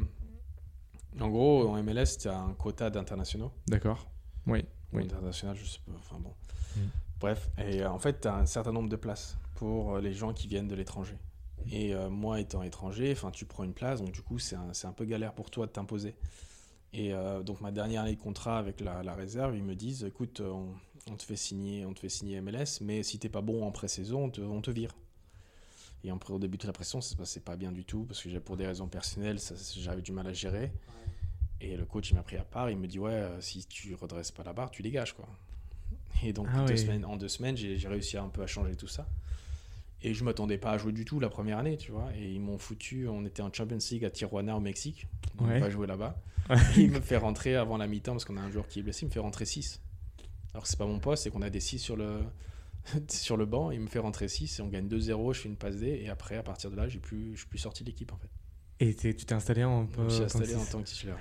en gros, en MLS, tu as un quota d'internationaux. D'accord. Oui. International, je sais pas. Bon. Bref, et en fait, tu as un certain nombre de places pour les gens qui viennent de l'étranger. Et moi, étant étranger, tu prends une place, donc du coup, c'est un peu galère pour toi de t'imposer. Et donc, ma dernière année de contrat avec la réserve, ils me disent, écoute, on te fait signer MLS, mais si t'es pas bon en pré-saison, on te vire. Et au début de la pression, ça se passait pas bien du tout, parce que pour des raisons personnelles, j'avais du mal à gérer. Et le coach, il m'a pris à part, il me dit, si tu redresses pas la barre, tu dégages, quoi. Et donc, en 2 semaines, j'ai réussi un peu à changer tout ça. Et je m'attendais pas à jouer du tout la première année, tu vois. Et ils m'ont foutu, on était en Champions League à Tijuana au Mexique. On va jouer là-bas. Et il me fait rentrer avant la mi-temps, parce qu'on a un joueur qui est blessé, il me fait rentrer 6. Alors que c'est pas mon poste, c'est qu'on a des 6 sur le banc. Il me fait rentrer 6 et on gagne 2-0, je fais une passe D. Et après, à partir de là, je suis plus sorti de l'équipe, en fait. Et tu t'es installé en tant que titulaire.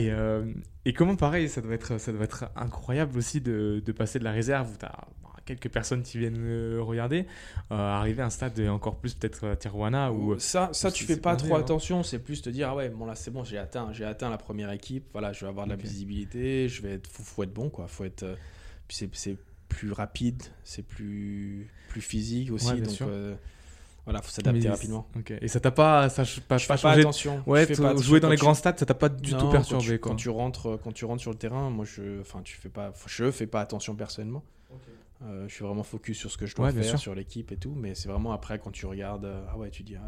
Et comment, pareil, ça doit être incroyable aussi de passer de la réserve où tu as quelques personnes qui viennent regarder, arriver à un stade encore plus peut-être à Tijuana. Ça tu fais pas trop attention, c'est plus te dire, là c'est bon, j'ai atteint la première équipe, voilà, je vais avoir de la visibilité, faut être bon, quoi. Puis c'est plus rapide, c'est plus physique aussi, donc... Voilà, faut s'adapter rapidement. Okay. Et ça t'a pas changé? Pas attention. Jouer dans les grands stades, ça t'a pas du tout perturbé, quand tu rentres sur le terrain, moi je fais pas attention personnellement. Okay. Je suis vraiment focus sur ce que je dois faire, sur l'équipe et tout, mais c'est vraiment après quand tu regardes, tu dis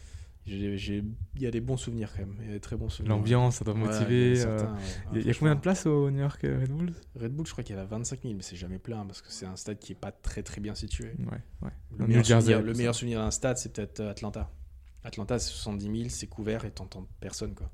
il y a des bons souvenirs quand même, il y a des très bons souvenirs. L'ambiance, ça doit motiver. Il y a combien de places au New York Red Bulls? Red Bull, je crois qu'il y en a 25 000, mais c'est jamais plein parce que c'est un stade qui est pas très très bien situé. Ouais. Le meilleur souvenir d'un stade, c'est peut-être Atlanta. Atlanta, c'est 70 000, c'est couvert et t'entends personne, quoi.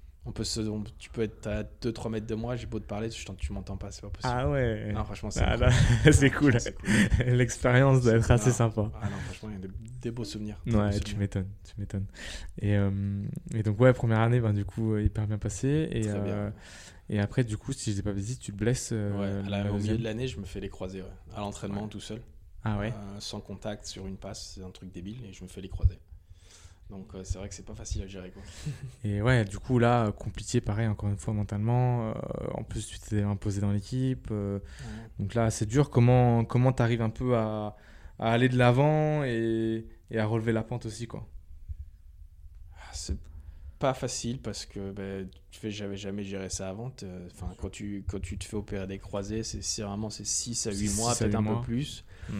Tu peux être à 2-3 mètres de moi, j'ai beau te parler, tu m'entends pas, c'est pas possible. Ah ouais. Non, franchement, c'est cool. L'expérience doit être assez sympa. Ah non, franchement, il y a des beaux souvenirs. Ouais, tu m'étonnes. Et donc, première année, du coup, hyper bien passé. Et après, du coup, si je dis pas bêtise, tu te blesses. Au milieu de l'année, je me fais les croisés, à l'entraînement tout seul. Ah ouais. Sans contact sur une passe, c'est un truc débile, et je me fais les croisés. Donc c'est vrai que c'est pas facile à gérer, quoi. Et ouais, du coup là, compliqué pareil encore une fois mentalement. En plus tu t'es imposé dans l'équipe. Donc là c'est dur. Comment t'arrives un peu à aller de l'avant et à relever la pente aussi, quoi? C'est pas facile parce que j'avais jamais géré ça avant. Quand tu te fais opérer des croisés, c'est vraiment 6 à 8 mois, peut-être un peu plus.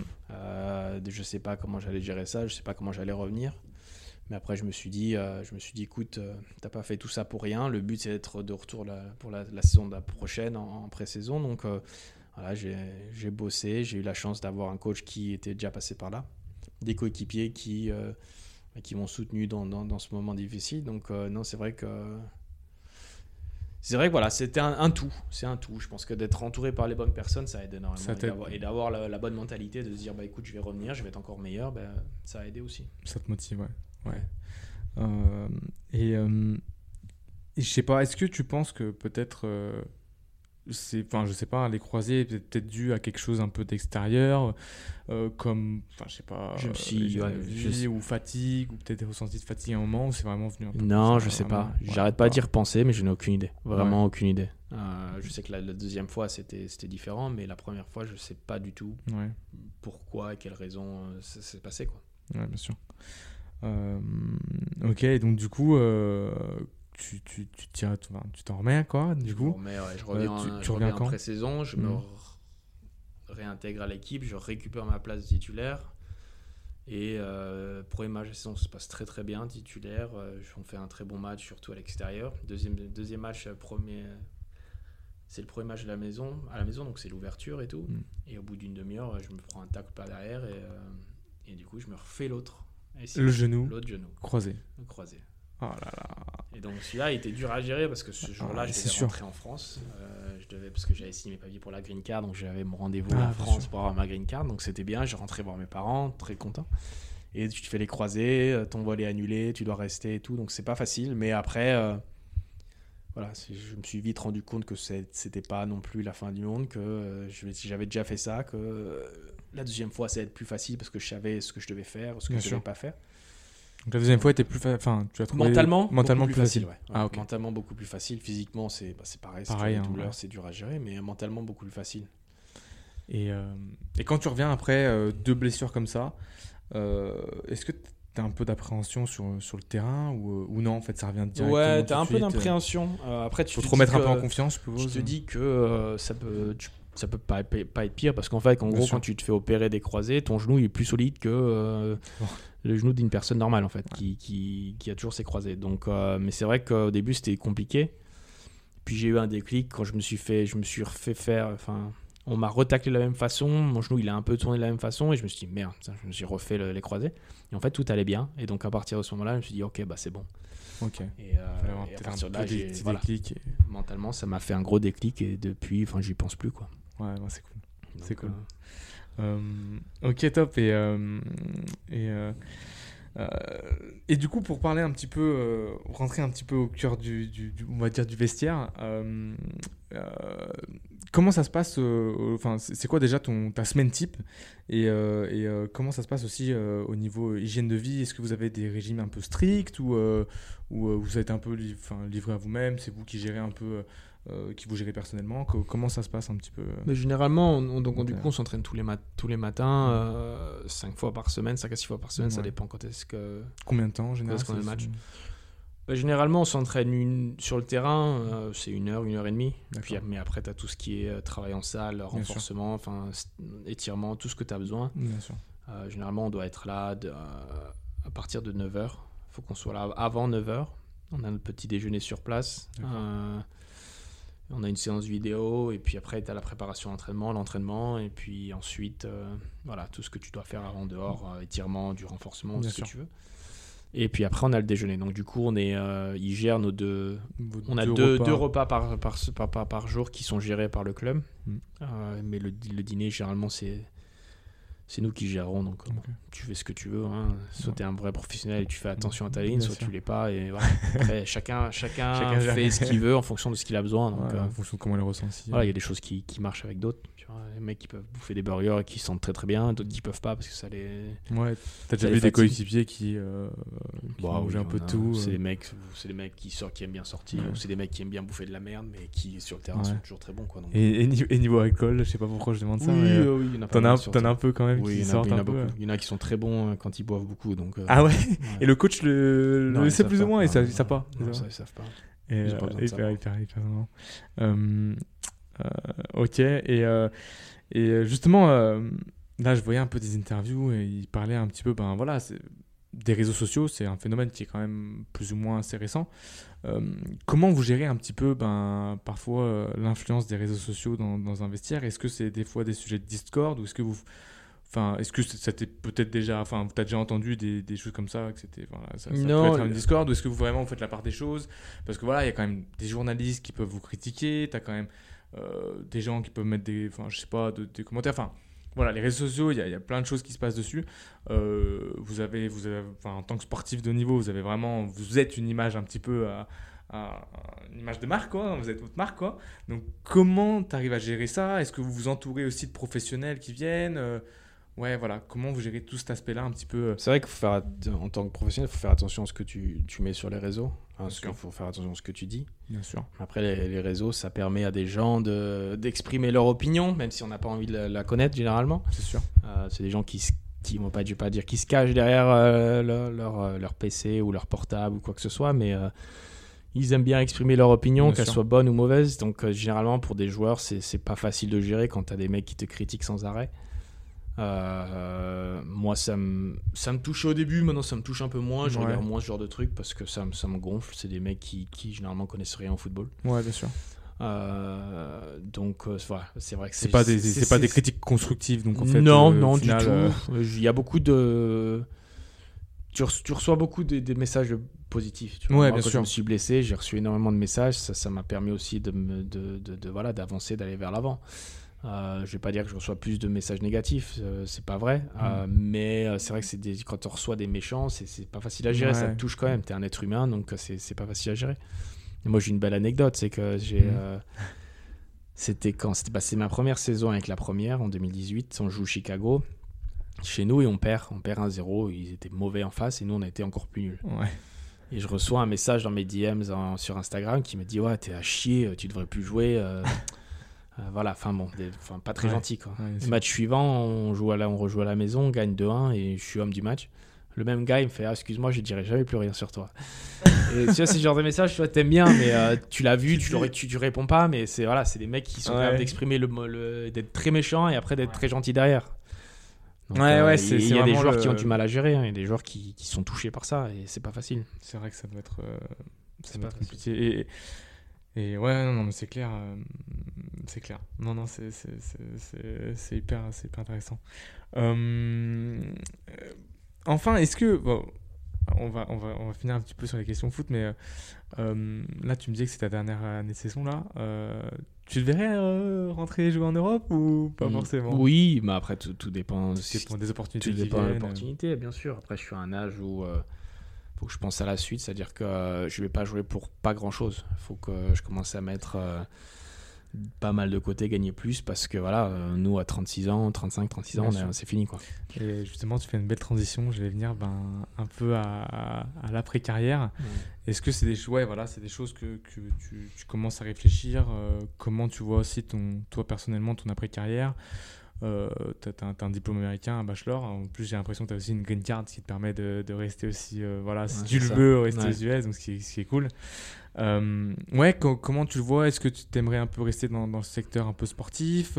Je sais pas comment j'allais gérer ça, je sais pas comment j'allais revenir. Mais après, je me suis dit, écoute, t'as pas fait tout ça pour rien. Le but, c'est d'être de retour pour la saison prochaine en pré-saison. Donc, voilà, j'ai bossé. J'ai eu la chance d'avoir un coach qui était déjà passé par là. Des coéquipiers qui m'ont soutenu dans ce moment difficile. Donc, non, c'est vrai que c'est vrai que voilà, c'était un tout. C'est un tout. Je pense que d'être entouré par les bonnes personnes, ça aide énormément. Ça t'aide. Et d'avoir la bonne mentalité, de se dire, bah écoute, je vais revenir, je vais être encore meilleur, bah, ça a aidé aussi. Ça te motive, ouais. Euh, et, euh, et je sais pas, est-ce que tu penses que peut-être, je sais pas, les croisés étaient peut-être dû à quelque chose un peu d'extérieur, comme, je sais pas, vie ou fatigue, ou peut-être ressenti de fatigue à un moment, ou c'est vraiment venu un peu Non, comme ça, je sais vraiment, pas. J'arrête pas d'y repenser, mais je n'ai aucune idée. Vraiment aucune idée. Je sais que la deuxième fois, c'était différent, mais la première fois, je sais pas du tout pourquoi et quelles raisons ça s'est passé, quoi. Ouais, bien sûr. Ok, et donc du coup, tu t'en remets quoi, du coup Je reviens, tu reviens en quand pré-saison, je me réintègre à l'équipe, je récupère ma place de titulaire. Et premier match de saison se passe très très bien, titulaire. On fait un très bon match, surtout à l'extérieur. Deuxième match, c'est le premier match à la maison, donc c'est l'ouverture et tout. Et au bout d'une demi-heure, je me prends un tacle par derrière et du coup, je me refais l'autre. L'autre genou croisé. Oh là là. Et donc celui-là, il était dur à gérer parce que ce jour-là, je devais rentrer en France. Parce que j'avais signé mes papiers pour la green card, donc j'avais mon rendez-vous en France pour avoir ma green card. Donc c'était bien, je rentrais voir mes parents, très content. Et tu te fais les croisés, ton vol est annulé, tu dois rester et tout. Donc c'est pas facile. Mais après, je me suis vite rendu compte que c'était pas non plus la fin du monde, que j'avais déjà fait ça, que la deuxième fois, ça allait être plus facile parce que je savais ce que je devais faire, ce que je devais pas faire. Donc la deuxième fois était plus tu as trouvé mentalement plus facile. Ouais. Ok. Mentalement beaucoup plus facile. Physiquement, c'est pareil. Pareil, c'est douleur, c'est dur à gérer, mais mentalement beaucoup plus facile. Et quand tu reviens après 2 blessures comme ça, est-ce que tu as un peu d'appréhension sur le terrain ou non, en fait, ça revient directement? Ouais, tu as un peu d'appréhension. Après, tu faut te remettre un peu en confiance, je suppose. Je te dis que ça peut pas être pire parce qu'en fait, quand tu te fais opérer des croisés, ton genou il est plus solide que le genou d'une personne normale en fait, qui a toujours ses croisés. Donc, mais c'est vrai qu'au début c'était compliqué. Puis j'ai eu un déclic quand je me suis refait faire. Enfin, on m'a retaclé de la même façon, mon genou il a un peu tourné de la même façon et je me suis dit merde, je me suis refait les croisés. Et en fait tout allait bien. Et donc à partir de ce moment-là, je me suis dit ok, bah c'est bon. Ok. Et à partir de là, déclic. Mentalement, ça m'a fait un gros déclic et depuis, j'y pense plus quoi. Ouais, c'est cool. Donc, c'est cool. Ok, top. Et du coup, pour parler un petit peu, rentrer un petit peu au cœur on va dire du vestiaire, comment ça se passe c'est quoi déjà ta semaine type et comment ça se passe aussi au niveau hygiène de vie? Est-ce que vous avez des régimes un peu stricts ou vous êtes un peu livré à vous-même? C'est vous qui gérez un peu qui vous gérez personnellement? Comment ça se passe un petit peu? Mais généralement, on s'entraîne tous les matins, 5 fois par semaine, 5 à 6 fois par semaine, ça dépend quand est-ce que... Combien de temps en général? Quand est-ce qu'on a le match? Généralement, on s'entraîne sur le terrain, c'est 1 heure et demie. Mais après, tu as tout ce qui est travail en salle, renforcement, étirement, tout ce que tu as besoin. Bien sûr. Généralement, on doit être là à partir de 9h. Il faut qu'on soit là avant 9h. On a notre petit déjeuner sur place. On a une séance vidéo et puis après tu as la préparation l'entraînement et puis ensuite tout ce que tu dois faire avant dehors, étirement, du renforcement, ce que tu veux. Et puis après on a le déjeuner. Donc du coup ils gèrent nos deux repas par jour qui sont gérés par le club. Mais le dîner généralement c'est nous qui gérons, donc tu fais ce que tu veux, hein. Soit tu es un vrai professionnel et tu fais attention à ta ligne, soit tu l'es pas, et voilà. Après chacun fait ce qu'il veut en fonction de ce qu'il a besoin, donc, en fonction de comment il ressent aussi. Voilà, il y a des choses qui marchent avec d'autres, tu vois, les mecs qui peuvent bouffer des burgers et qui sentent très très bien, d'autres qui peuvent pas parce que ça les... Ouais, t'as déjà vu des coéquipiers qui mangent un peu de tout. C'est des mecs qui aiment bien sortir, ou c'est des mecs qui aiment bien bouffer de la merde mais qui sur le terrain sont toujours très bons, quoi, donc... Et niveau alcool, je sais pas pourquoi je demande ça, mais t'en as un peu quand même. Oui, il y en a qui sont très bons quand ils boivent beaucoup. Donc, ah ouais. Et le coach le sait plus ou moins, et ça savent pas. Non, ça ils savent pas. Hyper vraiment. Ok. Et justement, là, je voyais un peu des interviews et il parlait un petit peu, des réseaux sociaux. C'est un phénomène qui est quand même plus ou moins assez récent. Comment vous gérez un petit peu, parfois, l'influence des réseaux sociaux dans un vestiaire? Est-ce que c'est des fois des sujets de Discord ou est-ce que vous Enfin, est-ce que ça t'est peut-être déjà, enfin, t'as déjà entendu des choses comme ça, que c'était, voilà, ça Non, peut être un Discord, ou est-ce que vous faites la part des choses? Parce que voilà, il y a quand même des journalistes qui peuvent vous critiquer, t'as quand même des gens qui peuvent mettre enfin, je sais pas, des commentaires, enfin, voilà, les réseaux sociaux, il y a plein de choses qui se passent dessus. Vous avez, enfin, en tant que sportif de haut niveau, vous êtes une image un petit peu une image de marque, quoi. Vous êtes votre marque, quoi. Donc, comment tu arrives à gérer ça? Est-ce que vous vous entourez aussi de professionnels qui viennent? Ouais, voilà. Comment vous gérez tout cet aspect-là un petit peu? C'est vrai qu'il faut faire, en tant que professionnel, il faut faire attention à ce que tu mets sur les réseaux. Il faut faire attention à ce que tu dis. Bien sûr. Après, les réseaux, ça permet à des gens d'exprimer leur opinion, même si on n'a pas envie de la connaître généralement. C'est sûr. C'est des gens qui vont pas, je vais pas dire qui se cachent derrière leur PC ou leur portable ou quoi que ce soit, mais ils aiment bien exprimer leur opinion, qu'elle soit bonne ou mauvaise. Donc généralement, pour des joueurs, c'est pas facile de gérer quand tu as des mecs qui te critiquent sans arrêt. Moi ça me touchait au début, maintenant ça me touche un peu moins, je regarde moins ce genre de trucs parce que ça me gonfle. C'est des mecs qui généralement connaissent rien au football. Ouais, bien sûr. Donc voilà, c'est vrai que c'est pas des critiques constructives, donc en fait non au final, du tout. Il y a beaucoup de tu reçois beaucoup des messages positifs, tu vois. Ouais, moi, bien quand sûr. je me suis blessé, j'ai reçu énormément de messages, ça m'a permis aussi voilà, d'avancer, d'aller vers l'avant. Je vais pas dire que je reçois plus de messages négatifs, c'est pas vrai, mais c'est vrai que quand on reçoit des méchants, c'est pas facile à gérer, ça te touche quand même, t'es un être humain, donc c'est pas facile à gérer. Et moi j'ai une belle anecdote, c'est que c'était c'est ma première saison avec la première en 2018, on joue Chicago chez nous et on perd 1-0, ils étaient mauvais en face et nous on a été encore plus nuls. Ouais. Et je reçois un message dans mes DMs sur Instagram qui me dit ouais, t'es à chier, tu devrais plus jouer. Voilà, enfin bon, pas très gentil quoi. Le match suivant, on rejoue à la maison, on gagne 2-1 et je suis homme du match. Le même gars, il me fait excuse-moi, je dirai jamais plus rien sur toi. Et tu vois, c'est ce genre de message, tu vois, t'aimes bien, mais tu l'as vu, tu réponds pas, mais c'est des mecs qui sont capables d'exprimer d'être très méchants et après d'être très gentils derrière. Donc, il y a des joueurs qui ont du mal à gérer, il y a des joueurs qui sont touchés par ça et c'est pas facile. C'est vrai que ça doit être compliqué. Et ouais, non, mais c'est clair. C'est clair. Non, c'est hyper intéressant. Enfin, est-ce que... Bon, on va finir un petit peu sur les questions foot, mais là, tu me disais que c'est ta dernière année de saison, là. Tu te verrais rentrer jouer en Europe ou pas forcément? Oui, mais après, tout dépend... Tout dépend des opportunités. Tout dépend de l'opportunité, bien sûr. Après, je suis à un âge où... faut que je pense à la suite, c'est-à-dire que je vais pas jouer pour pas grand-chose. Il faut que je commence à mettre pas mal de côté, gagner plus, parce que voilà, nous à 36 ans, 35, 36 ans, c'est fini quoi. Et justement, tu fais une belle transition. Je vais venir un peu à l'après-carrière. Est-ce que c'est des choses que tu commences à réfléchir? Comment tu vois aussi toi personnellement ton après-carrière? T'as un diplôme américain, un bachelor. En plus, j'ai l'impression que t'as aussi une green card qui te permet de rester aussi, si tu le veux, rester aux US, donc ce qui est cool. Comment tu le vois? Est-ce que tu t'aimerais un peu rester dans ce secteur un peu sportif?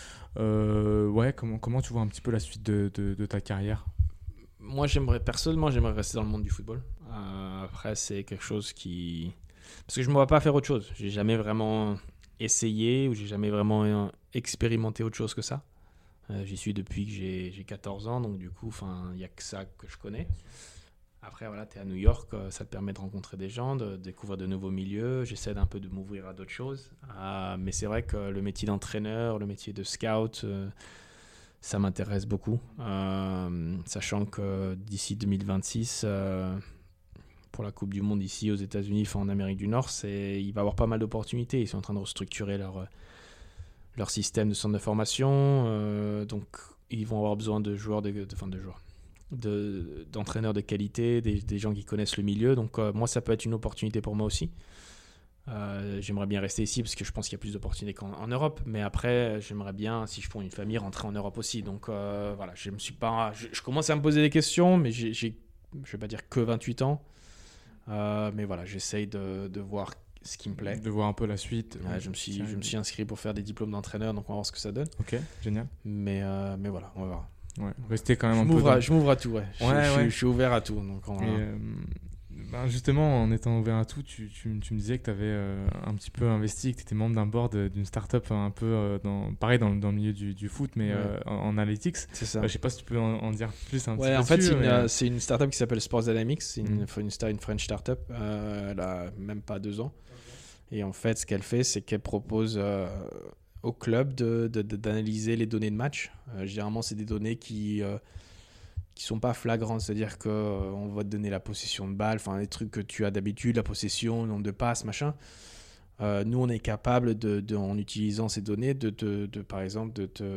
Comment tu vois un petit peu la suite de ta carrière? Moi, personnellement, j'aimerais rester dans le monde du football. Après, c'est quelque chose parce que je ne me vois pas faire autre chose. J'ai jamais vraiment essayé ou j'ai jamais vraiment expérimenté autre chose que ça. J'y suis depuis que j'ai 14 ans, donc du coup, il n'y a que ça que je connais. Après, voilà, tu es à New York, ça te permet de rencontrer des gens, de découvrir de nouveaux milieux. J'essaie un peu de m'ouvrir à d'autres choses. Mais c'est vrai que le métier d'entraîneur, le métier de scout, ça m'intéresse beaucoup. Sachant que d'ici 2026, pour la Coupe du Monde ici aux États-Unis, en Amérique du Nord, il va y avoir pas mal d'opportunités. Ils sont en train de restructurer leur système de centre de formation. Donc, ils vont avoir besoin de joueurs, d'entraîneurs de qualité, des gens qui connaissent le milieu. Donc moi, ça peut être une opportunité pour moi aussi. J'aimerais bien rester ici parce que je pense qu'il y a plus d'opportunités qu'en Europe. Mais après, j'aimerais bien, si je fonde une famille, rentrer en Europe aussi. Donc voilà, je commence à me poser des questions, mais je ne vais pas dire que 28 ans. Mais voilà, j'essaye de voir ce qui me plaît. De voir un peu la suite. Je me suis inscrit pour faire des diplômes d'entraîneur, donc on va voir ce que ça donne. Ok, génial. Mais voilà, on va voir. Ouais, rester quand même je m'ouvre à tout, ouais. Je suis ouvert à tout. Donc Ben justement, en étant ouvert à tout, tu me disais que tu avais un petit peu investi, que tu étais membre d'un board d'une startup un peu pareil dans le milieu du foot, mais en analytics. C'est ça. Je sais pas si tu peux en dire plus un petit peu En fait, dessus. c'est une startup qui s'appelle Sports Dynamics. C'est une French startup. Elle a même pas 2 ans. Et en fait, ce qu'elle fait, c'est qu'elle propose au club d'analyser les données de match. Généralement, c'est des données qui sont pas flagrantes, c'est-à-dire qu'on va te donner la possession de balle, enfin les trucs que tu as d'habitude, la possession, le nombre de passes, machin. Nous, on est capable en utilisant ces données, par exemple,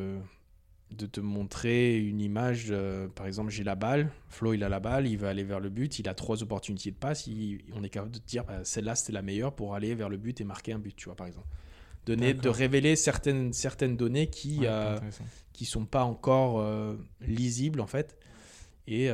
de te montrer une image. Par exemple, j'ai la balle, Flo il a la balle, il va aller vers le but, il a 3 opportunités de passe, on est capable de te dire celle-là c'était la meilleure pour aller vers le but et marquer un but, tu vois, par exemple. De révéler certaines données qui sont pas encore lisibles en fait, et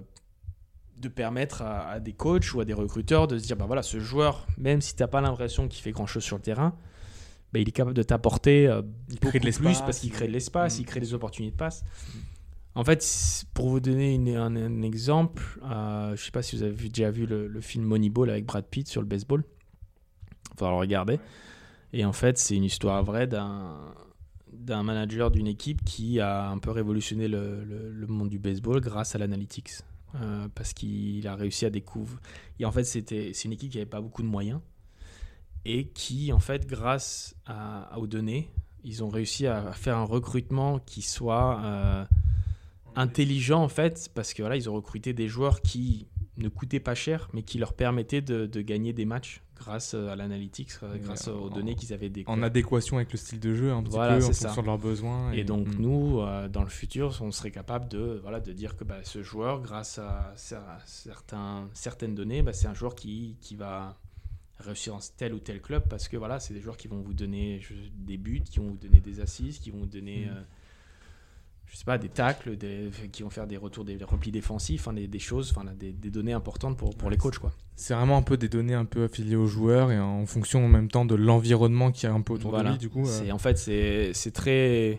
de permettre à des coachs ou à des recruteurs de se dire voilà, ce joueur, même si tu n'as pas l'impression qu'il fait grand chose sur le terrain, il est capable de t'apporter beaucoup plus parce qu'il crée de l'espace, il crée des opportunités de passe. En fait, pour vous donner un exemple, je ne sais pas si vous avez déjà vu le film Moneyball avec Brad Pitt sur le baseball. Il faudra le regarder. Et en fait, c'est une histoire vraie d'un manager d'une équipe qui a un peu révolutionné le monde du baseball grâce à l'analytics. Parce qu'il a réussi à découvrir. Et en fait, c'est une équipe qui n'avait pas beaucoup de moyens et qui, en fait, grâce aux données, ils ont réussi à faire un recrutement qui soit intelligent, en fait, parce que voilà, ils ont recruté des joueurs qui ne coûtaient pas cher, mais qui leur permettaient de gagner des matchs grâce à l'analytics, grâce aux données qu'ils avaient découvertes. En adéquation avec le style de jeu, un petit peu, en fonction de leurs besoins. Et donc, nous, dans le futur, on serait capable de dire que ce joueur, grâce à certaines données, c'est un joueur qui va réussir dans tel ou tel club, parce que voilà, c'est des joueurs qui vont vous donner des buts, qui vont vous donner des assists, qui vont vous donner... je sais pas, des tacles, qui vont faire des retours, des replis défensifs, des choses, des données importantes pour les coachs, quoi. C'est vraiment un peu des données un peu affiliées aux joueurs et en fonction en même temps de l'environnement qui est un peu autour de lui, du coup. En fait, c'est très...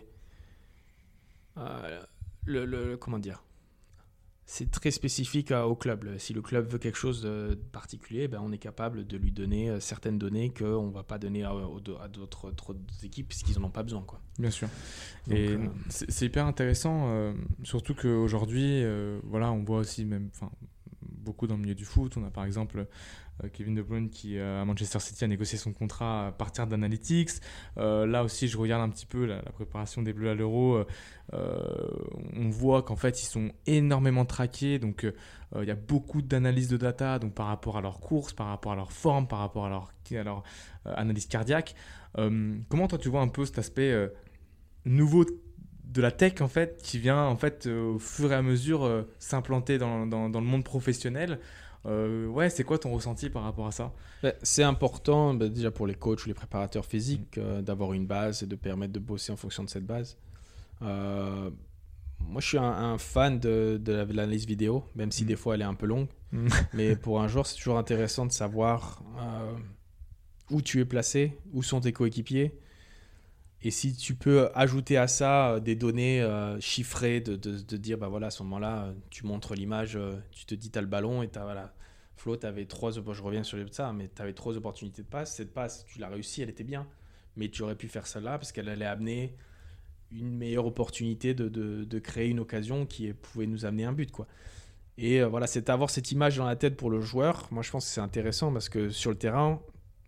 comment dire ? C'est très spécifique au club. Si le club veut quelque chose de particulier, on est capable de lui donner certaines données qu'on ne va pas donner à d'autres équipes puisqu'ils n'en ont pas besoin, quoi. Bien sûr. Donc, et c'est hyper intéressant, surtout qu'aujourd'hui, on voit aussi même beaucoup dans le milieu du foot. On a par exemple Kevin De Bruyne qui, à Manchester City, a négocié son contrat à partir d'analytics. Là aussi, je regarde un petit peu la préparation des Bleus à l'Euro. On voit qu'en fait, ils sont énormément traqués. Donc, il y a beaucoup d'analyses de data donc, par rapport à leur course, par rapport à leur forme, par rapport à leur analyse cardiaque. Comment toi, tu vois un peu cet aspect nouveau de la tech en fait, qui vient en fait au fur et à mesure s'implanter dans le monde professionnel. C'est quoi ton ressenti par rapport à ça ? C'est important déjà pour les coachs ou les préparateurs physiques d'avoir une base et de permettre de bosser en fonction de cette base. Moi je suis un fan de l'analyse vidéo, même si des fois elle est un peu longue. Mais pour un joueur c'est toujours intéressant de savoir où tu es placé, où sont tes coéquipiers. Et si tu peux ajouter à ça des données chiffrées, de dire, à ce moment-là, tu montres l'image, tu te dis, tu as le ballon et tu as, Flo, tu avais je reviens sur ça, mais tu avais 3 opportunités de passe. Cette passe, tu l'as réussi, elle était bien. Mais tu aurais pu faire celle-là parce qu'elle allait amener une meilleure opportunité de créer une occasion qui pouvait nous amener un but, quoi. Et c'est d'avoir cette image dans la tête pour le joueur. Moi, je pense que c'est intéressant parce que sur le terrain,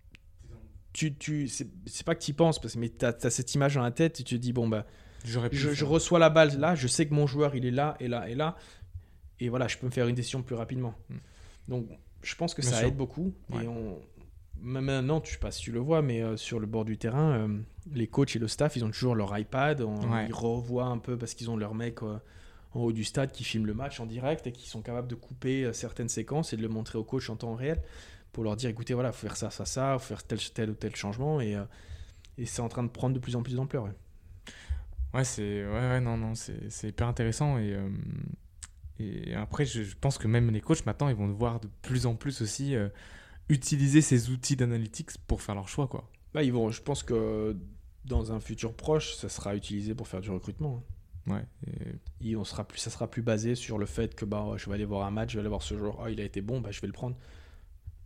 c'est pas que tu y penses, mais tu as cette image dans la tête et tu te dis je reçois la balle là, je sais que mon joueur il est là et là et là, et je peux me faire une décision plus rapidement. Donc je pense que ça aide beaucoup. Et même maintenant, je sais pas si tu le vois, mais sur le bord du terrain, les coachs et le staff ils ont toujours leur iPad, ils revoient un peu parce qu'ils ont leur mec en haut du stade qui filme le match en direct et qui sont capables de couper certaines séquences et de le montrer au coach en temps réel pour leur dire, écoutez, faut faire ça, faut faire tel ou tel changement, et c'est en train de prendre de plus en plus d'ampleur. C'est hyper intéressant, et après, je pense que même les coachs, maintenant, ils vont devoir de plus en plus aussi utiliser ces outils d'analytics pour faire leur choix, quoi. Je pense que dans un futur proche, ça sera utilisé pour faire du recrutement. Et ça sera plus basé sur le fait que je vais aller voir un match, je vais aller voir ce joueur, il a été bon, je vais le prendre.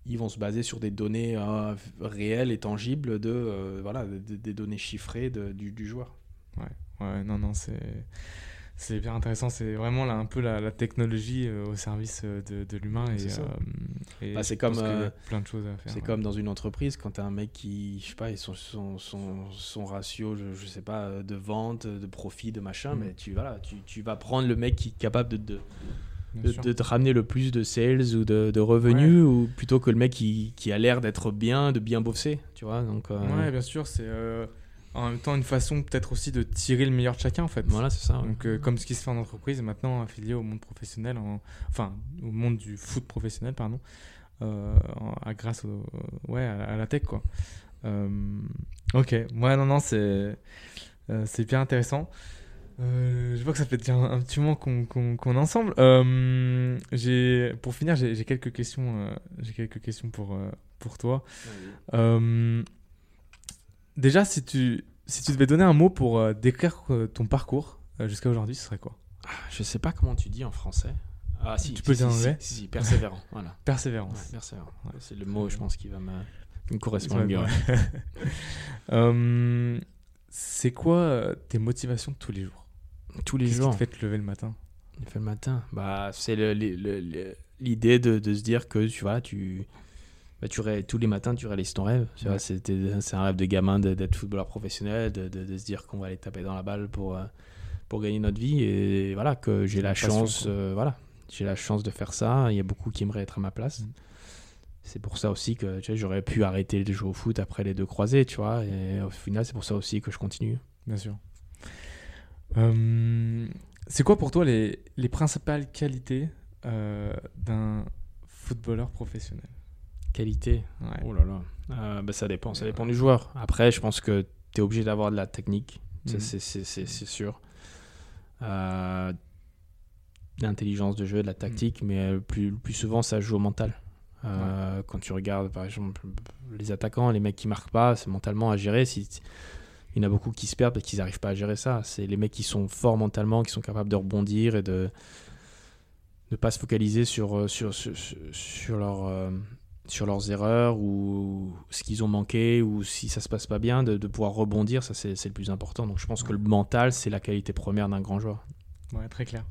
ils vont se baser sur des données réelles et tangibles des données chiffrées du joueur. Ouais, non, c'est hyper intéressant. C'est vraiment là un peu la technologie au service de l'humain et c'est je comme pense qu'il y a plein de choses à faire. C'est comme dans une entreprise quand tu as un mec qui, je sais pas, son ratio, je sais pas, de vente, de profit, de machin, mais tu vas prendre le mec qui est capable de te ramener le plus de sales ou de revenus, ou plutôt que le mec qui a l'air d'être de bien bosser, tu vois. Donc, ouais, bien sûr, c'est en même temps une façon peut-être aussi de tirer le meilleur de chacun en fait. Voilà, c'est ça. Donc comme ce qui se fait en entreprise, maintenant affilié au monde professionnel, enfin au monde du foot professionnel, pardon, grâce à la tech quoi. Ok, ouais, non, c'est bien intéressant. Je vois que ça fait déjà un petit moment qu'on est ensemble. Pour finir, j'ai quelques questions pour toi. Déjà, si tu devais donner un mot pour décrire ton parcours jusqu'à aujourd'hui, ce serait quoi? Je sais pas comment tu dis en français. Ah si, tu peux le dire en anglais. Si, persévérant. Voilà. Persévérance. Ouais, persévérant. Ouais. C'est le mot, je pense, qui me correspond le mieux. C'est quoi tes motivations de tous les jours? Tous les jours. Qu'est-ce qui te fait te lever le matin? C'est l'idée de se dire que tous les matins tu réalises ton rêve. Tu vois, c'est un rêve de gamin d'être footballeur professionnel, de se dire qu'on va aller taper dans la balle pour gagner notre vie, et voilà, que j'ai la chance, j'ai la chance de faire ça. Il y a beaucoup qui aimeraient être à ma place. C'est pour ça aussi que tu vois, j'aurais pu arrêter de jouer au foot après les 2 croisés, tu vois, et au final c'est pour ça aussi que je continue. Bien sûr. C'est quoi pour toi les principales qualités d'un footballeur professionnel? Qualité? Ouais. Oh là là. Ça dépend du joueur. Après, je pense que tu es obligé d'avoir de la technique, c'est sûr. L'intelligence de jeu, de la tactique, mais le plus souvent ça joue au mental. Quand tu regardes par exemple les attaquants, les mecs qui marquent pas, c'est mentalement à gérer. Il y en a beaucoup qui se perdent parce qu'ils n'arrivent pas à gérer ça. C'est les mecs qui sont forts mentalement, qui sont capables de rebondir et de ne pas se focaliser sur leurs erreurs ou ce qu'ils ont manqué, ou si ça se passe pas bien, de pouvoir rebondir. Ça, c'est le plus important. Donc je pense que le mental, c'est la qualité première d'un grand joueur. Ouais, très clair.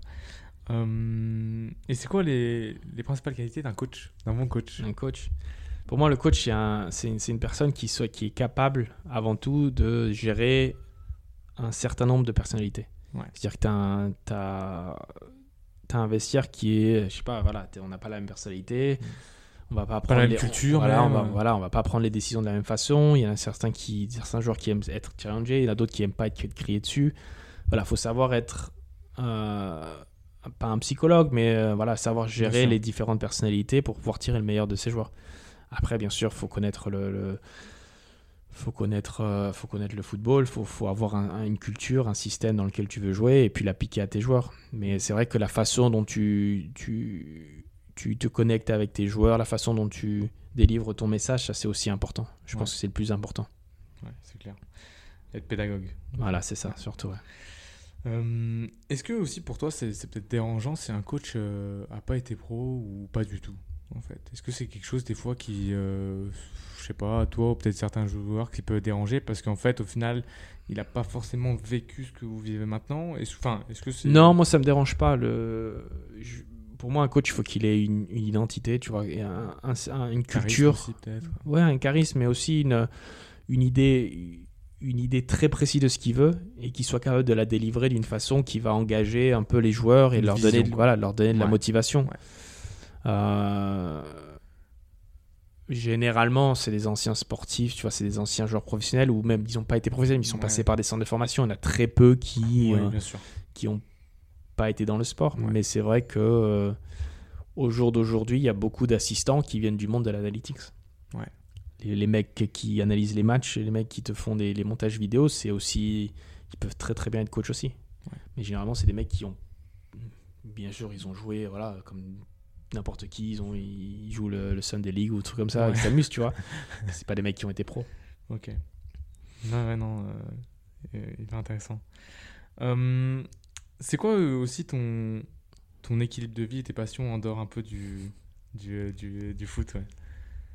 Et c'est quoi les principales qualités d'un bon coach? Un coach, pour moi, le coach, c'est une personne qui est capable avant tout de gérer un certain nombre de personnalités. C'est-à-dire que t'as un vestiaire qui est, je sais pas, voilà, on n'a pas la même personnalité. On va pas prendre la même culture. On va pas prendre les décisions de la même façon. Il y en a certains joueurs qui aiment être challengés, il y en a d'autres qui aiment pas être criés dessus. Voilà, faut savoir être pas un psychologue, mais savoir gérer les différentes personnalités pour pouvoir tirer le meilleur de ses joueurs. Après, bien sûr, faut connaître faut connaître le football, faut avoir une culture, un système dans lequel tu veux jouer, et puis l'appliquer à tes joueurs. Mais c'est vrai que la façon dont tu te connectes avec tes joueurs, la façon dont tu délivres ton message, ça c'est aussi important. Je pense que c'est le plus important. Ouais, c'est clair. Être pédagogue. Voilà, c'est ça, surtout. Ouais. Est-ce que aussi pour toi c'est peut-être dérangeant si un coach a pas été pro ou pas du tout en fait? Est-ce que c'est quelque chose des fois qui, je sais pas, toi ou peut-être certains joueurs qui peut déranger parce qu'en fait au final il a pas forcément vécu ce que vous vivez maintenant? Est-ce que c'est... Non, moi ça me dérange pas. Pour moi, un coach, il faut qu'il ait une identité, tu vois, et une culture. Aussi, peut-être. Ouais, un charisme, mais aussi une idée très précise de ce qu'il veut, et qu'il soit capable de la délivrer d'une façon qui va engager un peu les joueurs et leur donner de la motivation. Généralement, c'est des anciens sportifs, tu vois, c'est des anciens joueurs professionnels, ou même ils n'ont pas été professionnels, mais ils sont passés par des centres de formation. Il y en a très peu qui ont pas été dans le sport, mais c'est vrai que au jour d'aujourd'hui, il y a beaucoup d'assistants qui viennent du monde de l'analytics. Les mecs qui analysent les matchs, les mecs qui te font les montages vidéo, ils peuvent très très bien être coach aussi. Mais généralement, c'est des mecs qui ont, bien sûr, ils ont joué, voilà, comme n'importe qui, ils jouent le Sunday League ou des trucs comme ça, ils s'amusent, tu vois. C'est pas des mecs qui ont été pros. Ok. Non, hyper intéressant. C'est quoi aussi ton équilibre de vie et tes passions en dehors un peu du foot?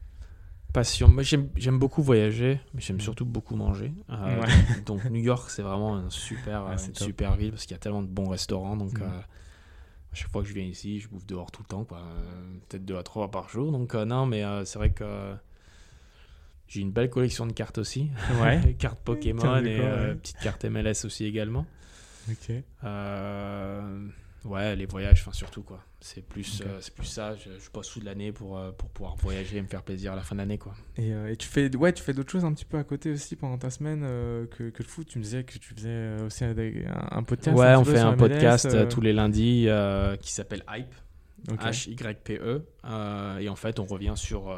Passion. Moi, j'aime beaucoup voyager, mais j'aime surtout beaucoup manger. Donc New York, c'est vraiment une super ville parce qu'il y a tellement de bons restaurants. Donc à chaque fois que je viens ici, je bouffe dehors tout le temps, quoi. Peut-être 2 à 3 fois par jour. Donc non, mais c'est vrai que j'ai une belle collection de cartes aussi. Ouais. Cartes Pokémon et petites cartes MLS aussi également. Ok. Ouais, les voyages, enfin surtout quoi. C'est plus ça. Je passe toute l'année pour pouvoir voyager et me faire plaisir à la fin de l'année, quoi. Et tu fais d'autres choses un petit peu à côté aussi pendant ta semaine que le foot. Tu me disais que tu faisais aussi un podcast. Ouais, on fait un podcast tous les lundis qui s'appelle Hype. Okay. HYPE. Et en fait, on revient sur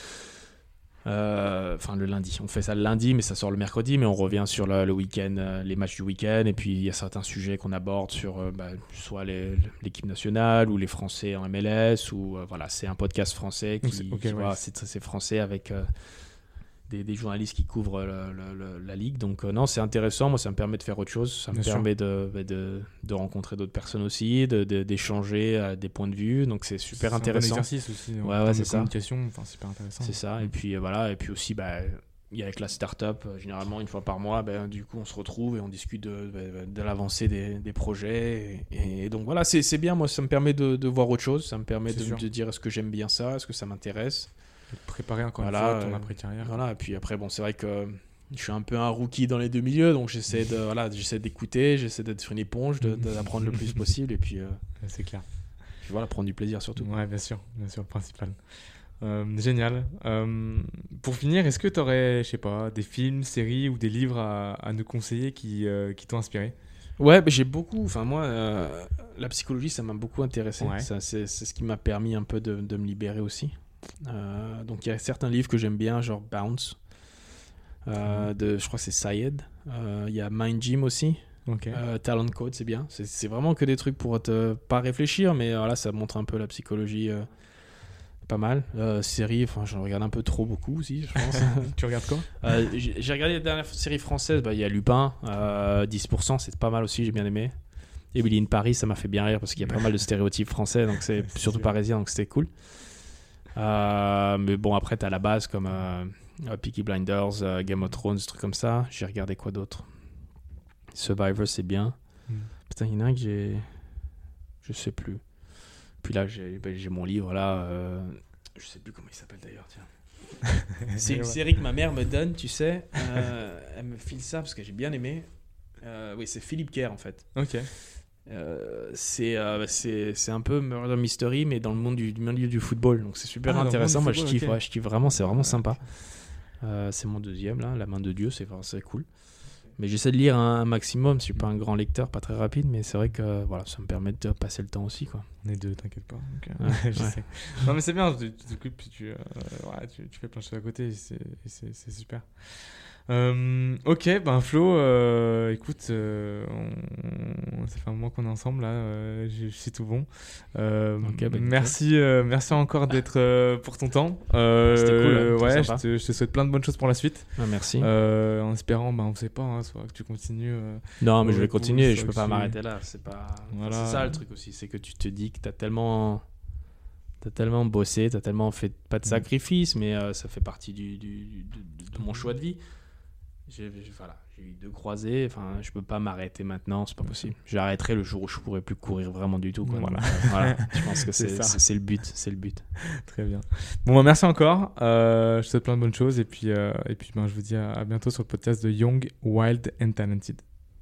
le lundi. On fait ça le lundi, mais ça sort le mercredi. Mais on revient sur le week-end, les matchs du week-end. Et puis, il y a certains sujets qu'on aborde sur soit l'équipe nationale ou les Français en MLS. Ou, voilà, c'est un podcast français c'est français avec des journalistes qui couvrent la ligue. Donc, non, c'est intéressant. Moi, ça me permet de faire autre chose. Ça me permet de rencontrer d'autres personnes aussi, d'échanger des points de vue. Donc, c'est super intéressant. C'est un bon exercice aussi. Ouais, c'est ça. Communication, c'est super intéressant. C'est ça. Et puis, voilà. Et puis aussi, il y a avec la start-up, généralement, une fois par mois, du coup, on se retrouve et on discute de l'avancée des projets. Et donc, voilà, c'est bien. Moi, ça me permet de voir autre chose. Ça me permet de dire est-ce que j'aime bien ça, est-ce que ça m'intéresse. De préparer encore une fois ton après-carrière. Voilà, et puis après, c'est vrai que je suis un peu un rookie dans les deux milieux, donc j'essaie d'écouter, j'essaie d'être une éponge, d'apprendre le plus possible, et puis c'est clair. Puis voilà, prendre du plaisir surtout. Ouais, bien sûr, principal. Génial. Pour finir, est-ce que tu aurais, je sais pas, des films, séries ou des livres à nous conseiller qui t'ont inspiré ? Ouais, j'ai beaucoup. Enfin, moi, la psychologie, ça m'a beaucoup intéressé. Ouais. C'est ce qui m'a permis un peu de me libérer aussi. Donc il y a certains livres que j'aime bien, genre Bounce je crois que c'est Sayed. Il y a Mind Gym aussi. Talent Code, c'est bien, c'est vraiment que des trucs pour pas réfléchir, mais là ça montre un peu la psychologie, pas mal. Série, enfin j'en regarde un peu trop beaucoup aussi, je pense. Tu regardes quoi? J'ai regardé la dernière série française, il y a Lupin, 10%, c'est pas mal aussi, j'ai bien aimé. Emily in Paris, ça m'a fait bien rire parce qu'il y a pas mal de stéréotypes français, donc c'est surtout parisien, donc c'était cool. Mais bon, après t'as la base comme Peaky Blinders, Game of Thrones, des trucs comme ça. J'ai regardé quoi d'autre? Survivor, c'est bien. Putain, il y en a un que je sais plus. Puis là j'ai mon livre là, je sais plus comment il s'appelle d'ailleurs, tiens. C'est une série que ma mère me donne, tu sais. Elle me file ça parce que j'ai bien aimé. Oui, c'est Philippe Kerr en fait. Ok. C'est un peu Murder Mystery mais dans le monde milieu du football, donc c'est super intéressant. Moi je kiffe, je kiffe vraiment, c'est vraiment sympa. C'est mon deuxième là, La main de Dieu, c'est cool. Mais j'essaie de lire un maximum, je suis pas un grand lecteur, pas très rapide, mais c'est vrai que voilà, ça me permet de passer le temps aussi, quoi. On est deux, t'inquiète pas. Donc, je sais. Non mais c'est bien, tu t'occupes, puis tu fais plein de choses à côté, c'est super. Ok, Flo, écoute, ça fait un moment qu'on est ensemble là, je suis tout bon. Merci encore d'être pour ton temps. C'était cool, ouais, je te souhaite plein de bonnes choses pour la suite. Merci. En espérant, on sait pas, soit que tu continues. Non, mais je vais continuer, je peux pas m'arrêter là. C'est ça le truc aussi, c'est que tu te dis que t'as tellement bossé, t'as tellement fait pas de sacrifices, mais ça fait partie de mon choix de vie. J'ai eu 2 croisés, enfin je peux pas m'arrêter maintenant, c'est pas possible. J'arrêterai le jour où je pourrai plus courir vraiment du tout, quoi. Voilà. Je pense que c'est le but. Très bien. Bon, merci encore. Je te souhaite plein de bonnes choses et puis je vous dis à bientôt sur le podcast de Young, Wild and Talented.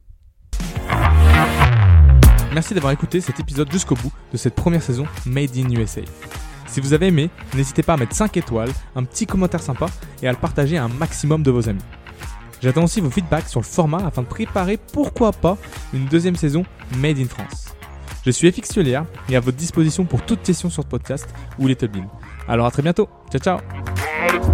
Merci d'avoir écouté cet épisode jusqu'au bout de cette première saison Made in USA. Si vous avez aimé, n'hésitez pas à mettre 5 étoiles, un petit commentaire sympa et à le partager à un maximum de vos amis. J'attends aussi vos feedbacks sur le format afin de préparer, pourquoi pas, une deuxième saison Made in France. Je suis FX Thiolière et à votre disposition pour toute question sur ce podcast ou Little Bean. Alors à très bientôt. Ciao ciao.